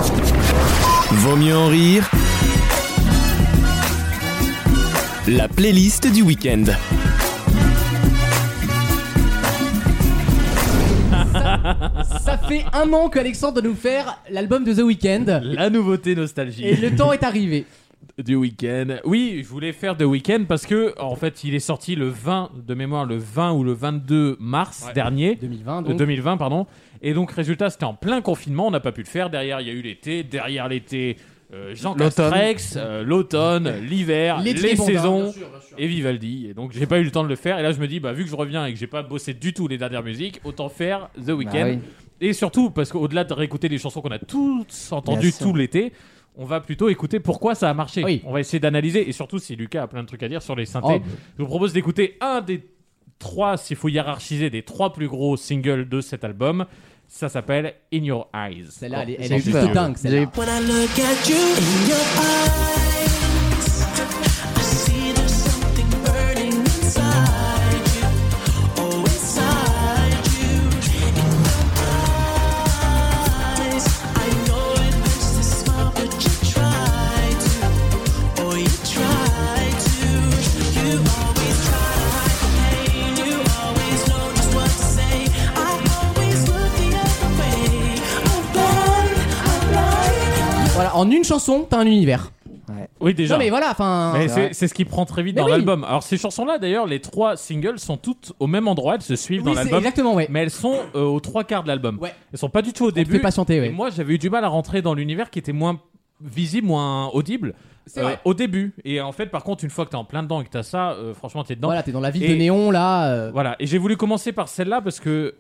Vaut mieux en rire. La playlist du week-end. Ça fait un an qu'Alexandre doit nous faire l'album de The Weeknd. La nouveauté nostalgie. Et le temps est arrivé. Du week-end. Oui, je voulais faire The Weeknd parce que en fait, il est sorti le vingt de mémoire, le vingt ou le vingt-deux mars dernier, deux mille vingt euh, donc. deux mille vingt pardon. Et donc résultat, c'était en plein confinement, on n'a pas pu le faire. Derrière, il y a eu l'été, derrière l'été, euh, Jean L'automne. Castex, euh, l'automne, l'hiver, L'été les des bondins, saisons bien sûr, bien sûr. et Vivaldi. Et donc j'ai pas eu le temps de le faire. Et là, je me dis, bah vu que je reviens et que j'ai pas bossé du tout les dernières musiques, autant faire The Weeknd. Bah oui. Et surtout, parce qu'au-delà de réécouter les chansons qu'on a tous entendues Bien sûr. tout l'été, on va plutôt écouter pourquoi ça a marché. Oui. On va essayer d'analyser, et surtout si Lucas a plein de trucs à dire sur les synthés, Oh. je vous propose d'écouter un des trois, s'il faut hiérarchiser, des trois plus gros singles de cet album. Ça s'appelle In Your Eyes. Celle-là, elle est, elle J'ai est eu juste peur. dingue. J'ai Celle-là. eu- When I look at you in your eyes, I see there's something burning inside you. Oh, inside you. In your eyes, I know it hurts to smile, but you try to. Oh, you try to. You always try to hide the pain. You always know just what to say. I always look the other way. Oh, blind, I'm blind. Voilà, en une chanson, t'as un univers. Oui, déjà. Non mais voilà, enfin. Mais C'est vrai. c'est c'est ce qui prend très vite Mais dans oui. l'album. Alors ces chansons-là, d'ailleurs, les trois singles sont toutes au même endroit, elles se suivent Oui, dans c'est l'album. exactement, ouais. Mais elles sont euh, aux trois quarts de l'album. Ouais. Elles sont pas du tout au On te début. fait patienter, ouais. Et moi, j'avais eu du mal à rentrer dans l'univers qui était moins visible, moins audible. C'est vrai. Au début. Et en fait, par contre, une fois que t'es en plein dedans et que t'as ça, euh, franchement, t'es dedans. Voilà, t'es dans la ville Et- de Néon là. euh, Voilà. Et j'ai voulu commencer par celle-là parce que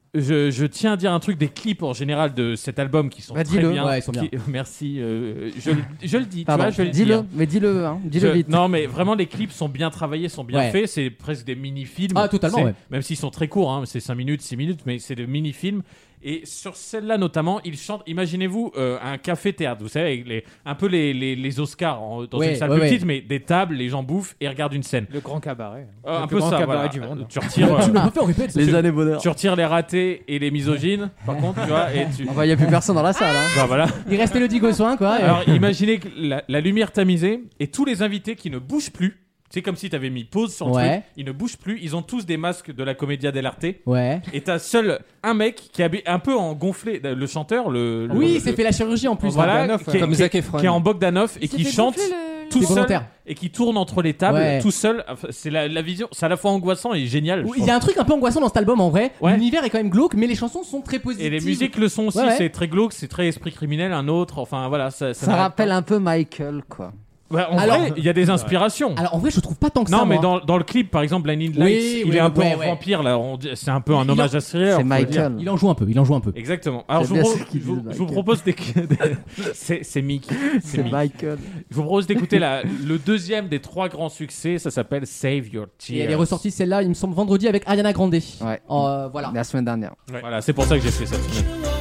Je, je tiens à dire un truc des clips en général de cet album qui sont Bah, très dis-le. bien. Ouais, ils sont bien. Qui- Merci. euh, je, le- je le dis. Pardon, tu vois, je vais le dis-le, dire. mais dis-le, hein, dis-le Je- vite. Non, mais vraiment, les clips sont bien travaillés, sont bien Ouais. faits. C'est presque des mini-films. Ah, totalement, C'est- ouais. Même s'ils sont très courts, hein, c'est cinq minutes, six minutes, mais c'est des mini-films. Et sur celle-là notamment, ils chantent. Imaginez-vous euh, un café-théâtre, vous savez, avec les, un peu les, les, les Oscars en- dans Ouais, une salle ouais, plus ouais. petite, mais des tables, les gens bouffent et regardent une scène. Le grand cabaret. Euh, Le un plus peu grand ça, cabaret voilà. du monde. Tu retires, Tu euh, me refais, on répète. Les c'est- années bonheur. tu retires les ratés et les misogynes, par contre, tu vois, et tu. Enfin, il n'y a plus personne dans la salle. Hein. Bah, voilà. Il restait le Gossuin, quoi. et- Alors imaginez que la, la lumière tamisée et tous les invités qui ne bougent plus. C'est comme si tu avais mis pause sur le Ouais. truc. Ils ne bougent plus. Ils ont tous des masques de la Commedia dell'arte. Ouais. Et t'as seul un mec qui est un peu en gonflé. Le chanteur, le. le- Oui, il le- s'est fait la chirurgie en plus. Voilà, Bogdanov, qui est, Comme qui est- Zac Efron. qui est en Bogdanov et Il s'est qui fait chante gonfler le- tout C'est seul volontaire. et qui tourne entre les tables Ouais. tout seul. Enfin, c'est la, la vision. C'est à la fois angoissant et génial. je Oui, il y a un truc un peu angoissant dans cet album en vrai. Ouais. L'univers est quand même glauque, mais les chansons sont très trouve. positives. Et les musiques le sont aussi. Ouais, ouais. C'est très glauque, c'est très esprit criminel. Un autre. Enfin voilà. Ça, ça Ça n'arrête rappelle pas. un peu Michael, quoi. Ouais, en Alors- vrai, il y a des inspirations. Alors en vrai, je trouve pas tant que Non, ça. mais moi. dans, dans le clip, par exemple, Blinding Oui, Lights, il oui, est un oui, peu ouais, en ouais. vampire là. on dit- C'est un peu un Il hommage en- à Thriller. C'est faut le dire. Michael. Il en joue un peu, il en joue un peu. Exactement. Alors je J'aime vous, bien pro- ce qu'il je vous- dit, je vous Michael. propose d'écouter. c'est c'est Mick. C'est C'est Mick. Michael. Je vous propose d'écouter la- le deuxième des trois grands succès. Ça s'appelle Save Your Tears. Et elle est ressortie celle-là, il me semble, vendredi avec Ariana Grande. Ouais. Euh, voilà. La semaine dernière. Voilà, c'est pour ça que j'ai fait cette semaine.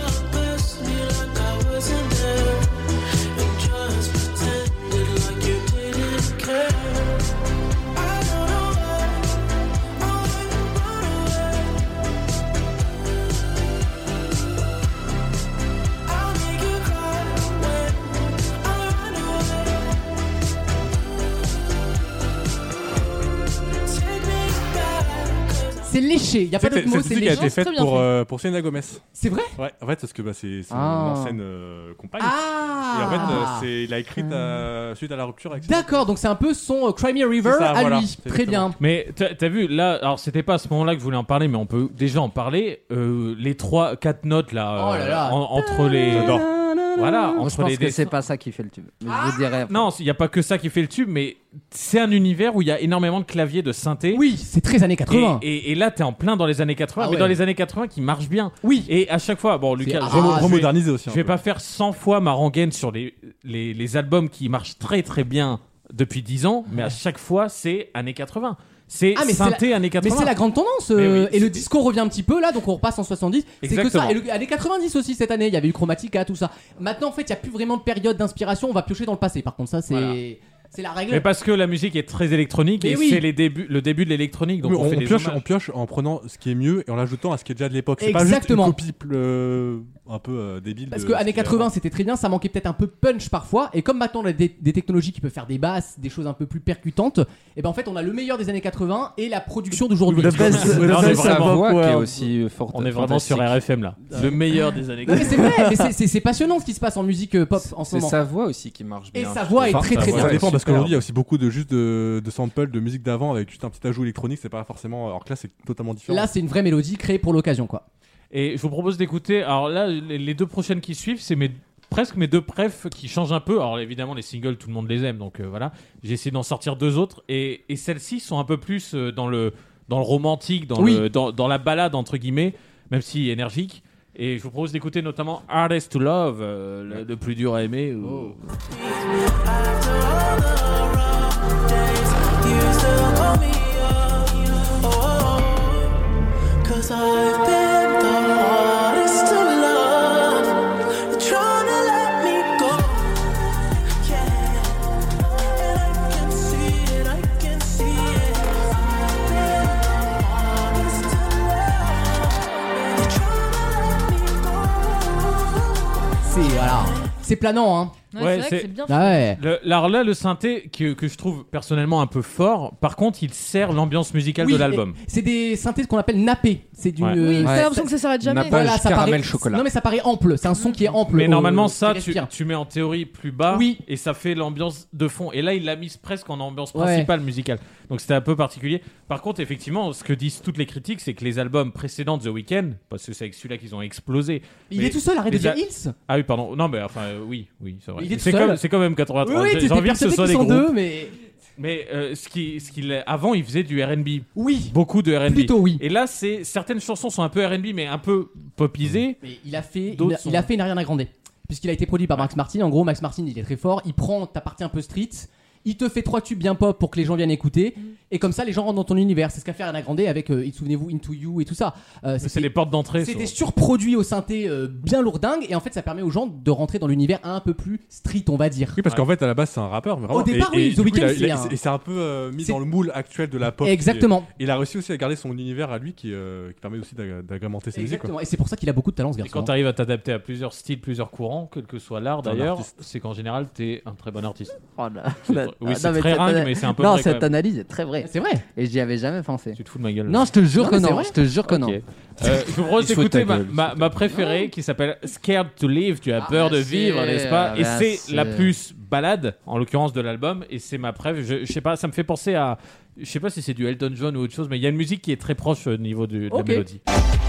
C'est léché, il y a pas C'est d'autre mot, cette c'est musique a léché. été faite Très bien pour, fait. euh, pour Selena Gomez. C'est vrai Ouais, en fait, parce que bah, c'est c'est Ah. mon ancienne euh, compagne. Ah Et en fait, euh, c'est, il a écrit à- suite à la rupture avec D'accord, donc c'est un peu son euh, Cry Me a River C'est ça, à voilà, lui. c'est Très exactement. bien. Mais t'as t'as vu là, alors c'était pas à ce moment-là que je voulais en parler, mais on peut déjà en parler. Euh, les trois, quatre notes là, Oh euh, là là. en- entre les, J'adore. voilà, Moi, je entre pense les que dessins. c'est pas ça qui fait le tube. Mais je vous dirai. après. Non, il n'y a pas que ça qui fait le tube, mais c'est un univers où il y a énormément de claviers, de synthé. Oui, c'est très années quatre-vingts. Et, et, et là, t'es en plein dans les années quatre-vingts, Ah mais ouais. dans les années quatre-vingts qui marchent bien. Oui. Et à chaque fois, bon, Lucas, C'est- je, Ah, je vais- remodernisé aussi. je un vais peu. pas faire cent fois ma rengaine sur les, les, les albums qui marchent très très bien depuis dix ans, mais à chaque fois, c'est années quatre-vingts. C'est Ah, mais c'est synthé années Mais quatre-vingts. c'est la grande tendance. euh, Mais oui, et le c'est- disco revient un petit peu là, donc on repasse en soixante-dix. C'est que ça. Exactement. Et le, années quatre-vingt-dix aussi cette année, il y avait eu Chromatica, tout ça. Maintenant, en fait, il n'y a plus vraiment de période d'inspiration. On va piocher dans le passé. Par contre, ça, c'est Voilà. c'est la règle. Mais parce que la musique est très électronique Mais et oui. c'est les débuts, le début de l'électronique. Donc Mais on, on, fait on des pioche, hommages. on pioche en prenant ce qui est mieux et en l'ajoutant à ce qui est déjà de l'époque. C'est Exactement. pas juste une copie euh, un peu euh, débile. Parce de que ce années qu'il y a quatre-vingts avant. c'était très bien, ça manquait peut-être un peu punch parfois. Et comme maintenant on a des, des technologies qui peuvent faire des basses, des choses un peu plus percutantes, et ben en fait on a le meilleur des années quatre-vingts et la production d'aujourd'hui. Le best, Là, le on est best vraiment- Pop voix qui est World. aussi euh, forte. On est vraiment sur R F M là. Le meilleur des années Non, mais quatre-vingts. c'est vrai, mais c'est- c'est c'est passionnant ce qui se passe en musique euh, pop en ce C'est moment. sa voix aussi qui marche Et bien. sa voix est Enfin, très ça- très ça bien. dépend parce Super. qu'aujourd'hui il y a aussi beaucoup de juste de, de samples de musique d'avant avec juste un petit ajout électronique. C'est pas forcément. Alors que là c'est totalement différent. Là c'est une vraie mélodie créée pour l'occasion quoi. Et je vous propose d'écouter. Alors là, les les deux prochaines qui suivent, c'est mes presque mes deux prefs qui changent un peu. Alors évidemment, les singles, tout le monde les aime, donc euh, voilà. J'ai essayé d'en sortir deux autres, et, et celles-ci sont un peu plus euh, dans le dans le romantique, dans Oui. le dans, dans la balade entre guillemets, même si énergique. Et je vous propose d'écouter notamment Hardest to Love, euh, le, le plus dur à aimer. ou- Cause I've been the hardest to love. You're trying to let me go. Yeah. And I can see it, I can see it. I've been the hardest to love. You're trying to let me go. C'est voilà, c'est planant hein. Ouais, Ouais, c'est vrai c'est- que c'est bien Ah ouais. Le, alors là, le synthé que, que je trouve personnellement un peu fort, par contre, il sert l'ambiance musicale Oui, de l'album. et c'est des synthés qu'on appelle nappés. C'est du. Ouais. Oui, euh, t'as Ouais. l'impression que ça s'arrête jamais. Nappage. Voilà, ça caramel paraît, chocolat. Non mais ça paraît ample. C'est un son qui est ample. Mais au- normalement, qui ça, tu, respire. tu mets en théorie plus bas Oui. et ça fait l'ambiance de fond. Et là, il l'a mise presque en ambiance Ouais. principale musicale. Donc c'était un peu particulier. Par contre, effectivement, ce que disent toutes les critiques, c'est que les albums précédents de The Weeknd, parce que c'est avec celui-là qu'ils ont explosé. Il mais est tout seul, arrête de les dire a- Hills. Ah oui, pardon. Non, mais enfin, euh, oui, oui, c'est vrai. Il est tout c'est seul. comme, c'est quand même quatre-vingt-trois. Oui, oui, J'ai t'étais j'ai envie que ce persuadé soit qu'ils des sont groupes. deux, mais Mais euh, ce qui, ce qu'il avant, il faisait du R and B. Oui. Beaucoup de R and B. Plutôt oui. Et là, c'est certaines chansons sont un peu R and B, mais un peu popisées. Mais il a fait, il D'autres a, sont- il a fait une Ariana Grande. Puisqu'il a été produit par Max Martin. En gros, Max Martin, il est très fort. Il prend ta partie un peu street. Il te fait trois tubes bien pop pour que les gens viennent écouter. Et comme ça, les gens rentrent dans ton univers. C'est ce qu'a fait Ariana Grande avec, euh, souvenez-vous, Into You et tout ça. Euh, C'est les portes d'entrée. C'était ça. surproduit au synthé euh, bien lourdingue. Et en fait, ça permet aux gens de rentrer dans l'univers un peu plus street, on va dire. Oui, parce qu'en fait, à la base, c'est un rappeur. Mais vraiment. Au départ, et, oui, et The du coup, Weeknd, il a- c'est il a- un- Et c'est un peu euh, mis c'est- dans le moule actuel de la pop. Exactement. qui est- Il a réussi aussi à garder son univers à lui qui, euh, qui permet aussi d'ag- d'agrémenter ses musiques. Exactement. Et c'est pour ça qu'il a beaucoup de talent, ce Et garçon. quand tu arrives à t'adapter à plusieurs styles, plusieurs courants, quel que soit l'art T'es un d'ailleurs, artiste. c'est qu'en général, t'es un très bon artiste. Oh là C'est- là. oui, Ah, c'est non, mais très cette ringue, ana- mais c'est un peu Non, vrai quand cette même. analyse est très vraie. C'est vrai. Et j'y avais jamais pensé. Tu te fous de ma gueule. Non, je te jure Non, que mais c'est non. vrai. Je te jure que Ok. non. Euh, je vous propose Il se fout de ta d'écouter ma, gueule. ma, ma préférée qui s'appelle Scared to Live. Tu as peur de merci, vivre, n'est-ce pas? Et merci. c'est la plus balade, en l'occurrence de l'album. Et c'est ma préf. Je, je sais pas, ça me fait penser à. Je sais pas si c'est du Elton John ou autre chose, mais il y a une musique qui est très proche au niveau du- de Ok. la mélodie.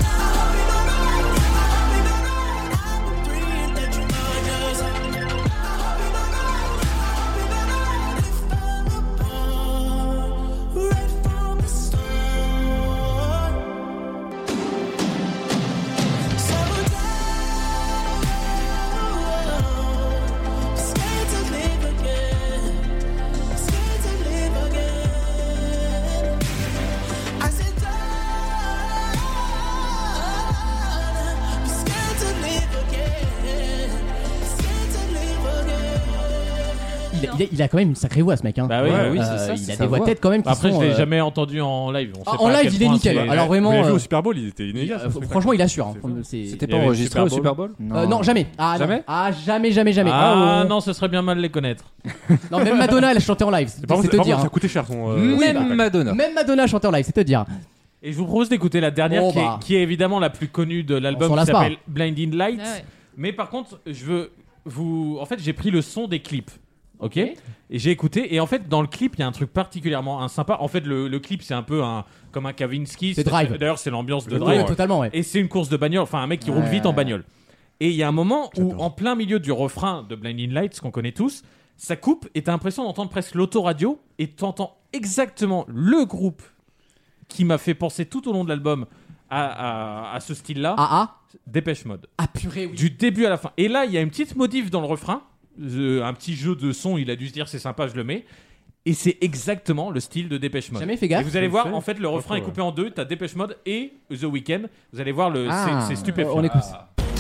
Il a, il a- il a quand même une sacrée voix, ce mec. Hein. Bah oui, Ouais, oui, Euh, c'est ça, il c'est a sa des voix voix. têtes quand même qui Après, sont. je l'ai euh, jamais entendu en live. On sait Ah, pas en à live, quel il est point nickel. c'est- Alors vraiment. Vous l'avez vu euh, au Super Bowl, il était inégal. euh, ce spectacle. franchement, il assure. hein. C'est fou. C'est- C'était Il y pas avait le enregistré Super au Bowl. Super Bowl Euh, non, jamais. Ah, non. Jamais Ah, jamais, jamais, jamais. Ah oh. non, ce serait bien mal de les connaître. Non, même Madonna, elle chantait en live. C'est Par contre, c'est te par dire. contre, ça hein. coûtait cher son. euh, Même spectacle. Madonna. Même Madonna chantait en live, c'est te dire. Et je vous propose d'écouter la dernière Oh, qui, bah. est, qui est évidemment la plus connue de On l'album s'en qui lasse pas. s'appelle Blinding Lights. Ah ouais. Mais par contre, je veux vous. En fait, j'ai pris le son des clips. Ok. Et j'ai écouté. Et en fait, dans le clip, il y a un truc particulièrement hein, sympa. En fait, le, le clip, c'est un peu un, comme un Kavinsky. C'est Drive. D'ailleurs, c'est l'ambiance de Le Drive. Ouais, totalement, ouais. Et c'est une course de bagnole. Enfin, un mec qui roule Ouais. vite en bagnole. Et il y a un moment où, J'adore. en plein milieu du refrain de Blinding Lights, qu'on connaît tous, ça coupe et t'as l'impression d'entendre presque l'autoradio. Et t'entends exactement le groupe qui m'a fait penser tout au long de l'album à, à, à ce style-là. Ah, ah. Dépêche Mode. Ah, purée, oui. Du début à la fin. Et là, il y a une petite modif dans le refrain. Euh, un petit jeu de son, il a dû se dire c'est sympa, je le mets. Et c'est exactement le style de Dépêche Mode. Jamais fait Et gaffe. vous allez Je voir, sais. en fait, le refrain est trop, coupé en deux. T'as Dépêche Mode et The Weeknd. Vous allez voir, le, Ah. c'est, c'est stupéfiant. On écoute.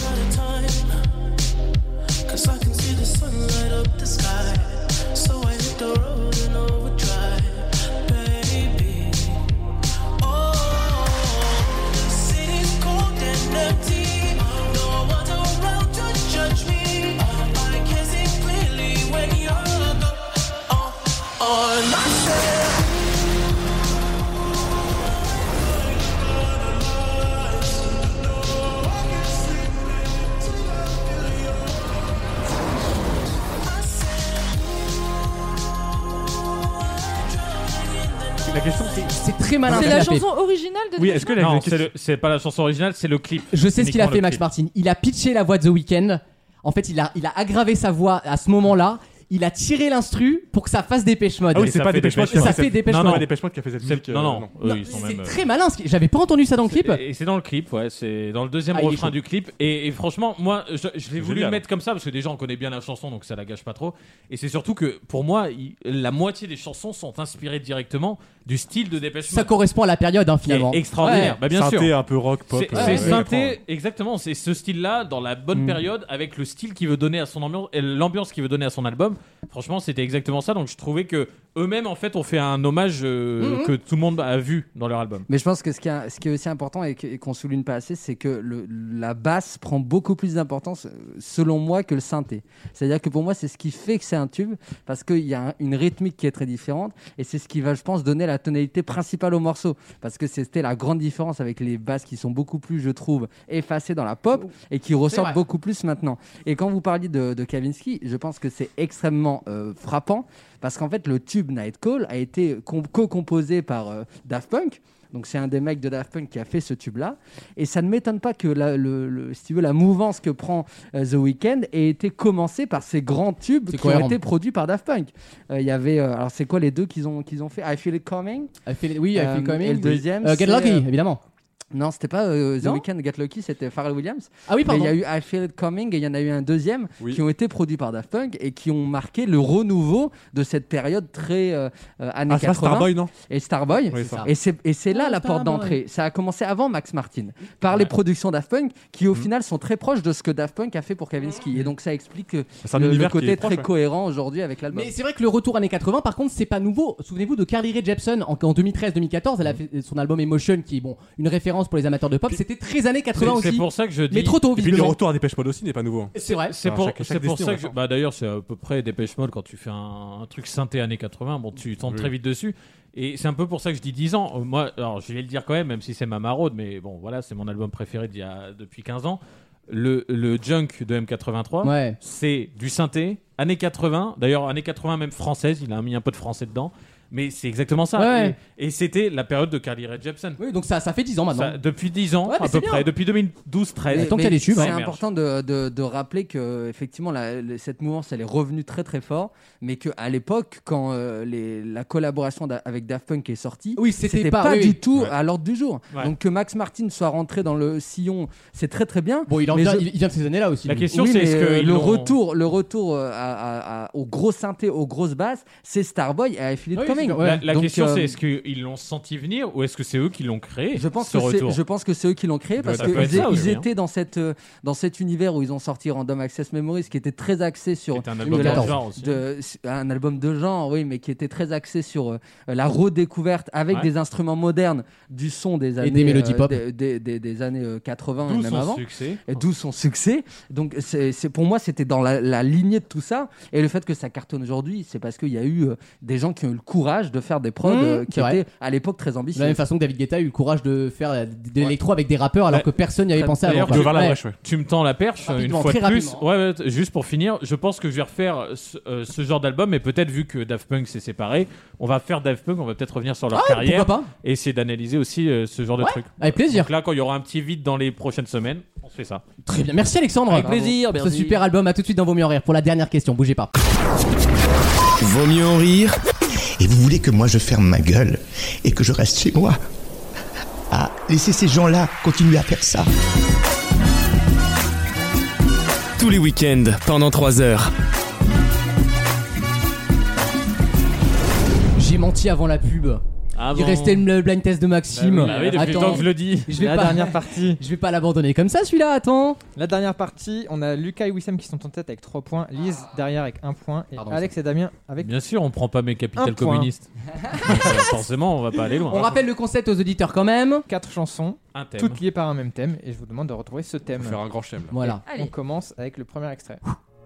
Cause I can see the sun light up the sky. So I hit the road and overdrive, baby. Oh, the city's cold and empty. No one's around to judge me. I can see clearly when you're gone. Oh, on myself. La question, c'est. C'est très malin. C'est ce la qu'il a fait. chanson originale de Oui, Dépêche est-ce que Mode la Non, question- c'est, le- c'est pas la chanson originale, c'est le clip. Je sais ce qu'il a Uniquement fait, le Max clip. Martin. Il a pitché la voix de The Weeknd. En fait, il a, il a aggravé sa voix à ce moment-là. Il a tiré l'instru pour que ça fasse Dépêche Mode. Ah oui, Et c'est ça pas fait Dépêche Mode Dépêche qui a Mode. fait Ça fait cette- Dépêche Non, Mode. non, Dépêche Mode qui a fait cette C'est- musique. non, euh, non, eux, Non, ils sont c'est même. très malin. ce qui- J'avais pas entendu ça dans le clip. Et c'est dans le clip, ouais. C'est dans le deuxième Ah, il est refrain chaud. du clip. Et, et franchement, moi, je, je l'ai voulu génial. le mettre comme ça parce que déjà, on connaît bien la chanson, donc ça la gâche pas trop. Et c'est surtout que, pour moi, il- la moitié des chansons sont inspirées directement du style de Dépêche Ça Mode. correspond à la période, hein, qui est finalement. extraordinaire. Ouais. Bah, bien synthé sûr. un peu rock, pop. C'est euh, c'est ouais, synthé, exactement. C'est ce style-là dans la bonne Mm. période avec le style qu'il veut donner à son ambiance, et l'ambiance qu'il veut donner à son album. Franchement, c'était exactement ça. Donc, je trouvais que eux-mêmes, en fait, ont fait un hommage euh, Mhm. que tout le monde a vu dans leur album. Mais je pense que ce qui, est- ce qui est aussi important et que- et qu'on souligne pas assez, c'est que le- la basse prend beaucoup plus d'importance, euh, selon moi, que le synthé. C'est-à-dire que pour moi, c'est ce qui fait que c'est un tube, parce qu'il y a un- une rythmique qui est très différente, et c'est ce qui va, je pense, donner la tonalité principale au morceau. Parce que c'était la grande différence avec les basses qui sont beaucoup plus, je trouve, effacées dans la pop, et qui ressortent vrai. beaucoup plus maintenant. Et quand vous parliez de, de Kavinsky, je pense que c'est extrêmement euh, frappant, parce qu'en fait, le tube Night Call a été com- co-composé par euh, Daft Punk, Donc c'est un des mecs de Daft Punk qui a fait ce tube-là. Et ça ne m'étonne pas que la, le, le, si tu veux, la mouvance que prend euh, The Weeknd ait été commencée par ces grands tubes C'est qui cohérent. ont été produits par Daft Punk. Il euh, y avait, euh, alors c'est quoi les deux qu'ils ont, qu'ils ont fait? I Feel It Coming. I feel- oui, I Feel It Coming, Et le oui. deuxième, Euh, Get c'est, Lucky, euh, évidemment. Non, c'était pas euh, The Non Weeknd, Get Lucky, c'était Pharrell Williams. Ah oui, pardon. Mais il y a eu I Feel It Coming et il y en a eu un deuxième Oui. qui ont été produits par Daft Punk et qui ont marqué le renouveau de cette période très euh, euh, années Ah, c'est pas quatre-vingts. Starboy, non? Et Starboy. Oui, ça. Et c'est, et c'est là Ah, la porte Starboy. d'entrée. Ça a commencé avant Max Martin, par les Ouais. productions Daft Punk qui au Mhm. final sont très proches de ce que Daft Punk a fait pour Kavinsky. Et donc ça explique euh, C'est un le, le univers qui côté est très proche, ouais. cohérent aujourd'hui avec l'album. Mais c'est vrai que le retour années quatre-vingts, par contre, c'est pas nouveau. Souvenez-vous de Carly Rae Jepsen en, en deux mille treize deux mille quatorze. Elle a fait son album Emotion, qui est bon, une référence pour les amateurs de pop. C'était très années C'est quatre-vingts c'est aussi. pour ça que je dis. Mais trop tôt, Et puis le visiblement. retour à Dépêche Mode aussi n'est pas nouveau. hein. C'est vrai. C'est Alors, pour, chaque- c'est chaque pour Disney, ça on que. va je- Bah, d'ailleurs, c'est à peu près Dépêche Mode quand tu fais un, un truc synthé années quatre-vingts. Bon, tu tombes Oui. très vite dessus. Et c'est un peu pour ça que je dis dix ans. Euh, Moi, alors je vais le dire quand même, même si c'est ma maraude, mais bon, voilà, c'est mon album préféré d'il y a, depuis quinze ans. Le, le Junk de M quatre-vingt-trois, Ouais. c'est du synthé, années quatre-vingts. D'ailleurs, années quatre-vingts, même française, il a mis un peu de français dedans. Mais c'est exactement ça. Ouais. Et, et c'était la période de Carly Rae Jepsen. Oui, donc ça, ça fait dix ans maintenant. Ça, depuis dix ans, Ouais, mais à c'est peu bien. près, depuis deux mille douze treize. Mais- tant qu'il y a mais des tubes, c'est hein. important de, de, de rappeler que effectivement la- le- cette mouvance elle est revenue très très fort, mais que à l'époque quand euh, les, la collaboration d'a- avec Daft Punk est sortie, Oui, c'était c'était pas- pas, oui, du oui. tout Ouais. à l'ordre du jour. Ouais. Donc que Max Martin soit rentré dans le sillon, c'est très très bien. Bon, il, en Mais vient, je- il il vient de ces années-là aussi. La lui. question, Oui, c'est mais, est-ce euh, que le retour, le retour euh, à, à- à- aux gros synthés, aux grosses basses, c'est Starboy et I Feel It Oui, Coming. c'est- ouais. La, la Donc, question, euh, c'est est-ce qu'ils l'ont senti venir ou est-ce que c'est eux qui l'ont créé Je pense, ce que c'est, retour je pense que c'est eux qui l'ont créé parce Ça peut être qu'ils ça ils aussi, hein. étaient dans, cette, euh, dans cet univers où ils ont sorti Random Access Memories qui était très axé sur C'était un album de de la- genre aussi. de- un album de genre, oui, mais qui était très axé sur euh, la redécouverte avec Ouais. des instruments modernes du son des années des mélodies euh, pop. des, des- des- des années euh, quatre-vingts D'où et même son avant. succès. Et d'où son succès. Donc, c'est, c'est- pour moi, c'était dans la, la lignée de tout ça. Et le fait que ça cartonne aujourd'hui, c'est parce qu'il y a eu euh, des gens qui ont eu le courage de faire des prods Mmh, euh, c'est qui vrai. étaient à l'époque très De la ambitieux. même façon que David Guetta a eu le courage de faire euh, de l'électro avec des rappeurs alors Ouais. que personne n'y avait pensé avant. D'ailleurs, quoi. De Val Ouais. Brèche, ouais. Tu me tends la perche Rapidement, une fois très de plus. rapidement. Ouais, ouais, t- juste pour finir, je pense que je vais refaire ce, euh, ce genre d'album, mais peut-être vu que Daft Punk s'est séparé, on va faire Daft Punk, on va peut-être revenir sur leur Ah, carrière pourquoi pas et essayer d'analyser aussi euh, ce genre de Ouais, trucs. avec plaisir. Donc là, quand il y aura un petit vide dans les prochaines semaines, on se fait ça. Très bien, merci Alexandre. Avec plaisir, Pour ce merci. super album. À tout de suite dans Vaut mieux en rire pour la dernière question. Bougez pas. Vaut mieux en rire. Et vous voulez que moi je ferme ma gueule et que je reste chez moi? Ah, laissez ces gens-là continuer à faire ça. Tous les week-ends, pendant trois heures. J'ai menti avant la pub. Ah Il bon. restait le blind test de Maxime. Bah oui, bah oui, depuis le Attends, temps que je le dis. Je vais La pas, dernière partie. je vais pas l'abandonner comme ça celui-là. Attends. La dernière partie, on a Lucas et Wissem qui sont en tête avec trois points, Lise derrière avec un point et Pardon, Alex et Damien avec Bien sûr, on prend pas mes Un capitales point. communistes. Donc, euh, forcément, on va pas aller loin. On rappelle le concept aux auditeurs quand même. quatre chansons, Un thème. toutes liées par un même thème et je vous demande de retrouver ce thème. Faut faire un grand chelem. là. Voilà. On commence avec le premier extrait.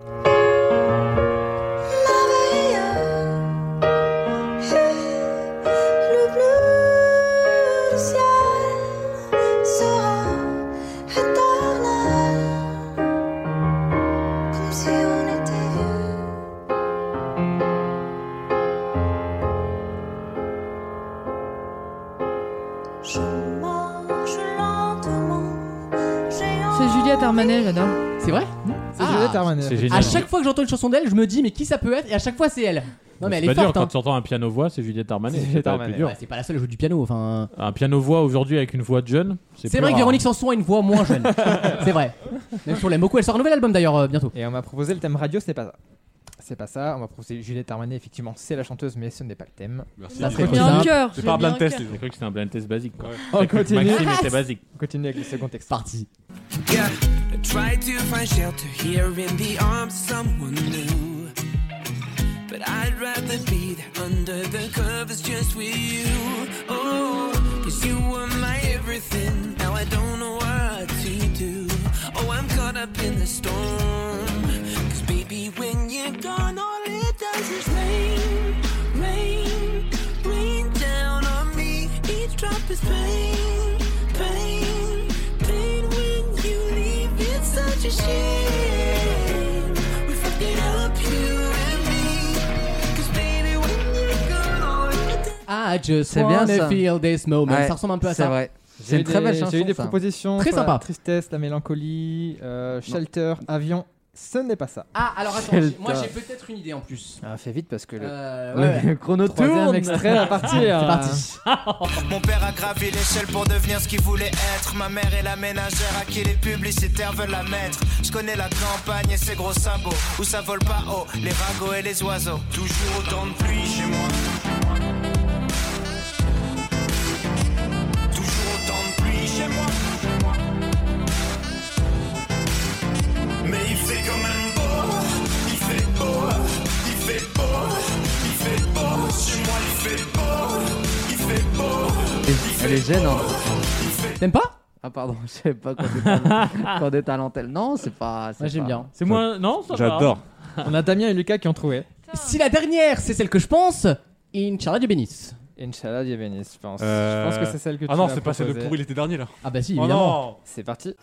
Le bleu du ciel sera éternel, comme si on était vieux. Je marche lentement, j'ai C'est Juliette Armanet, j'adore. C'est vrai C'est Ah. Juliette Armanet. C'est génial. À chaque fois que j'entends une chanson d'elle, je me dis mais qui ça peut être et à chaque fois c'est elle. Non mais C'est elle pas est dur forte. quand hein. tu entends un piano-voix, c'est Juliette Armanet. C'est C'est Juliette pas le Armanet. plus dur. Ouais, c'est pas la seule à jouer du piano. Enfin, Un piano-voix aujourd'hui avec une voix de jeune, c'est c'est plus vrai que rare. Véronique Sanson a une voix moins jeune. C'est vrai. Même si on l'aime beaucoup, elle sort un nouvel album d'ailleurs euh, bientôt. Et on m'a proposé le thème radio, c'est pas ça. C'est pas ça, on m'a proposé Juliette Armanet, effectivement c'est la chanteuse mais ce n'est pas le thème. Merci. Ça Lise. serait J'ai mis un Simple. cœur. C'est j'ai pas un mis un blind test, cœur. J'ai cru que c'était un blind test basique. Quoi. On J'ai cru que continue. Maxime était basique. On continue avec le second extrait. Parti. Yeah, I tried to find shelter here in the arms of someone new. But I'd rather be there under the covers just with you. Oh, cause you were my everything. Now I don't know what to do. Oh, I'm caught up in the storm. Cause baby, when you're gone, all it does is rain, rain, rain down on me. Each drop is pain, pain, pain when you leave. It's such a shame. We fucked it up, you and me. Cause baby, when you're gone, all it does. Ah, I just C'est bien wanna ça. feel this moment. Ouais, Ça ressemble un peu à c'est ça. vrai. J'ai C'est eu une très des- belle chanson. J'ai eu des ça. propositions. Très sur sympa. La tristesse, la mélancolie, euh, Shelter, Avion. Ce n'est pas ça. Ah, alors attends, Quel j'ai- moi tas. j'ai peut-être une idée en plus. Ah, fais vite parce que le Euh, Le ouais, ouais. chrono troisième tourne. extrait à partir. C'est parti. Mon père a gravi l'échelle pour devenir ce qu'il voulait être. Ma mère est la ménagère à qui les publicitaires veulent la mettre. Je connais la campagne et ses gros sabots, où ça vole pas haut, les ragots et les oiseaux. Toujours autant de pluie chez moi. Toujours autant de pluie chez moi. Mais il fait quand même beau. Il fait beau. Il fait beau. Il fait beau. Chez moi il fait beau. Il fait beau. Elle est gênante. T'aimes pas? Ah pardon, je sais pas quand t'es à- quand t'es à l'antenne. Non, c'est pas. Moi j'aime pas- bien. C'est moins. Non, ça va. J'adore. On a Damien et Lucas qui ont trouvé. Si la dernière c'est celle que je pense, Inch'Allah Dieu bénisse. Inch'Allah, Dieu bénisse, je pense. Euh, Je pense que c'est celle que tu Ah non, as c'est pas celle de proposée. pourri l'été dernier là. Ah bah si, Oh évidemment. non. C'est parti.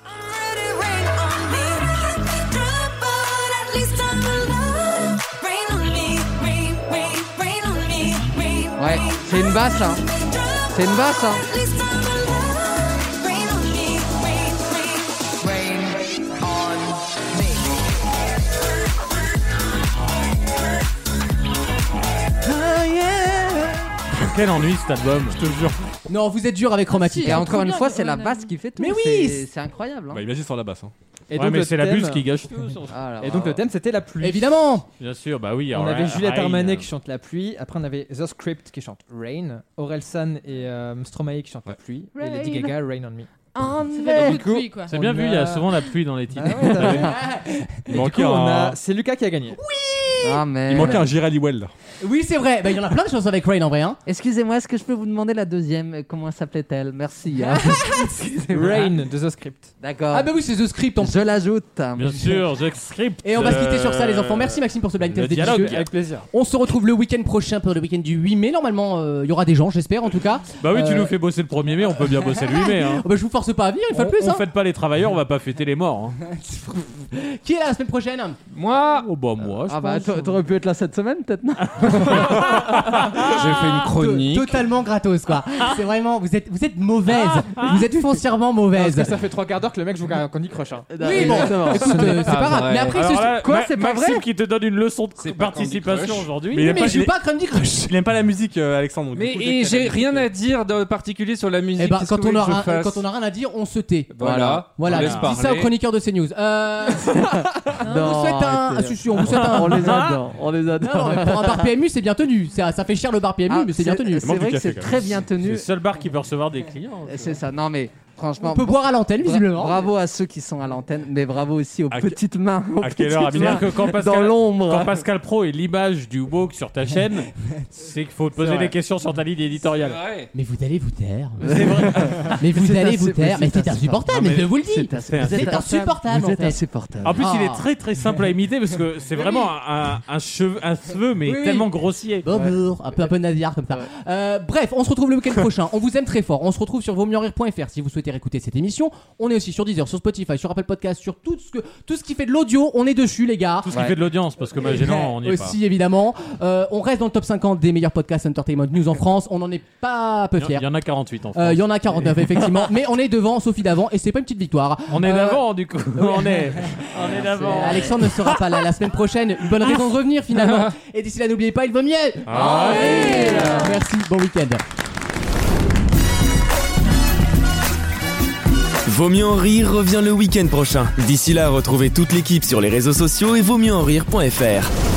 Ouais, c'est une basse, hein. C'est une basse, hein. Quel ennui cet album. Je te jure. Non, vous êtes dur avec Chromatique. Et hein. encore une bien, fois, mais c'est la on a- basse qui fait tout. Mais oui, c'est c'est- c'est incroyable. Hein. Bah, imagine sur la basse. Hein. Et Ouais, donc mais le c'est la thème- buse qui gâche tout. Ah là, Et donc là. le thème c'était la pluie. Évidemment. Bien sûr, bah oui. On alors, avait Ra- Juliette Rain, Armanet euh, qui chante la pluie. Après on avait The Script qui chante Rain. Orelsan et euh, Stromae qui chantent la pluie. Et Lady Rain. Gaga Rain on Me. Ça mais- fait beaucoup de coup, pluie, quoi. C'est bien On vu, il y a a- souvent la pluie dans les titres. Ah ouais, t'as vu. Il Et du manquait coup, on un- a... c'est Lucas qui a gagné. Ah, mais. Il manquait un J. Halliwell là. Oui, c'est vrai. Bah, il y en a plein de chansons avec Rain en vrai. Hein. Excusez-moi, est-ce que je peux vous demander la deuxième? Comment s'appelait-elle? Merci. hein. Excusez-moi. Rain de The Script. D'accord. Ah bah oui, c'est The Script en plus. Je l'ajoute. Bien sûr, The Script. Et on va se quitter euh, sur ça, les enfants. Merci Maxime pour ce blind le test dialogue. délicieux. Avec plaisir. On se retrouve le week-end prochain pour le week-end du huit mai. Normalement, euh, il y aura des gens, j'espère en tout cas. Bah oui, tu Euh, nous fais bosser le premier mai, on peut bien bosser le huit mai. Hein. oh bah, je vous force pas à venir une fois On, de plus. on Hein. fête pas les travailleurs, on va pas fêter les morts. Hein. Qui est là la semaine prochaine? Moi Oh bah moi, je Ah bah, pense. t'a- t'aurais pu être là cette semaine, peut-être, non? J'ai fait une chronique. To- Totalement gratos quoi. C'est vraiment, vous êtes, vous êtes mauvaise. Vous êtes foncièrement Parce mauvaise. que ça fait trois quarts d'heure que le mec joue un Candy Crush. Hein. Oui, bon, écoute, euh, c'est pas grave. vrai. Mais après, Alors ce- là, quoi, Ma- c'est pas Maxime vrai? qui te donne une leçon de C'est pas participation Candy Crush. aujourd'hui. Mais il Mais aime pas- je joue il- pas à Candy Crush. Il aime pas la musique, euh, Alexandre. donc Mais du coup, et dès que j'ai la rien musique- à dire de particulier sur la musique. Eh ben, Qu'est-ce quand que vous on, voulez que aura, je fasse quand on a rien à dire, on se tait. Voilà. Voilà, On laisse dis parler. ça aux chroniqueurs de CNews. Euh... on Non, vous souhaite un. arrêtez. Ah, si, si, on vous souhaite un. On les adore. On les Non, adore. non, mais pour un bar P M U, c'est bien tenu. Ça, ça fait cher le bar P M U, Ah, mais c'est bien tenu. C'est manque vrai du que café, c'est quand très même. bien C'est tenu. le seul bar qui peut recevoir des clients. C'est ça. Non, mais franchement. On peut boire à l'antenne, bra- visiblement. Bravo à ceux qui sont à l'antenne, mais bravo aussi aux À que- petites mains. aux à quelle heure, petites Amélie mains C'est-à-dire que quand dans Pascal, l'ombre. quand Pascal Pro est l'image du woke sur ta chaîne, c'est qu'il faut te poser vrai. des questions sur ta ligne éditoriale. Ouais. Mais vous allez vous taire. C'est vrai. Mais vous C'est allez vous insupportable. taire. Mais c'est C'est insupportable, Non, mais mais je vous le dis. C'est Vous êtes insupportable. Vous en êtes fait. insupportable. En plus, il est Ah. très très simple à imiter parce que c'est vraiment un, un, cheveu, un cheveu, mais Oui, oui. tellement grossier. Bonjour, un peu un peu nasillarde comme ça. Ouais. Euh, bref, on se retrouve le week-end prochain. On vous aime très fort. On se retrouve sur vaut mieux en rire point f r si vous souhaitez réécouter cette émission. On est aussi sur Deezer, sur Spotify, sur Apple Podcast, sur tout ce que tout ce qui fait de l'audio. On est dessus, les gars. Tout ce qui fait de l'audience, parce que Magellan, on n'y est pas. Aussi évidemment. Euh, on reste dans le top cinquante des meilleurs podcasts Entertainment News en France. On n'en est pas peu Il y, fiers. en- il y en a quarante-huit en France. Euh, Il y en a quarante-neuf effectivement, mais on est devant Sophie d'avant et c'est pas une petite victoire. On est Euh, d'avant, du coup. on est, on est d'avant. Euh, Alexandre ne sera pas là la semaine prochaine. Une bonne raison de revenir finalement. Et d'ici là, n'oubliez pas, il vaut mieux. Ah oui. Merci, bon week-end. Vaut mieux en rire revient le week-end prochain. D'ici là, retrouvez toute l'équipe sur les réseaux sociaux et vaut mieux en rire point f r.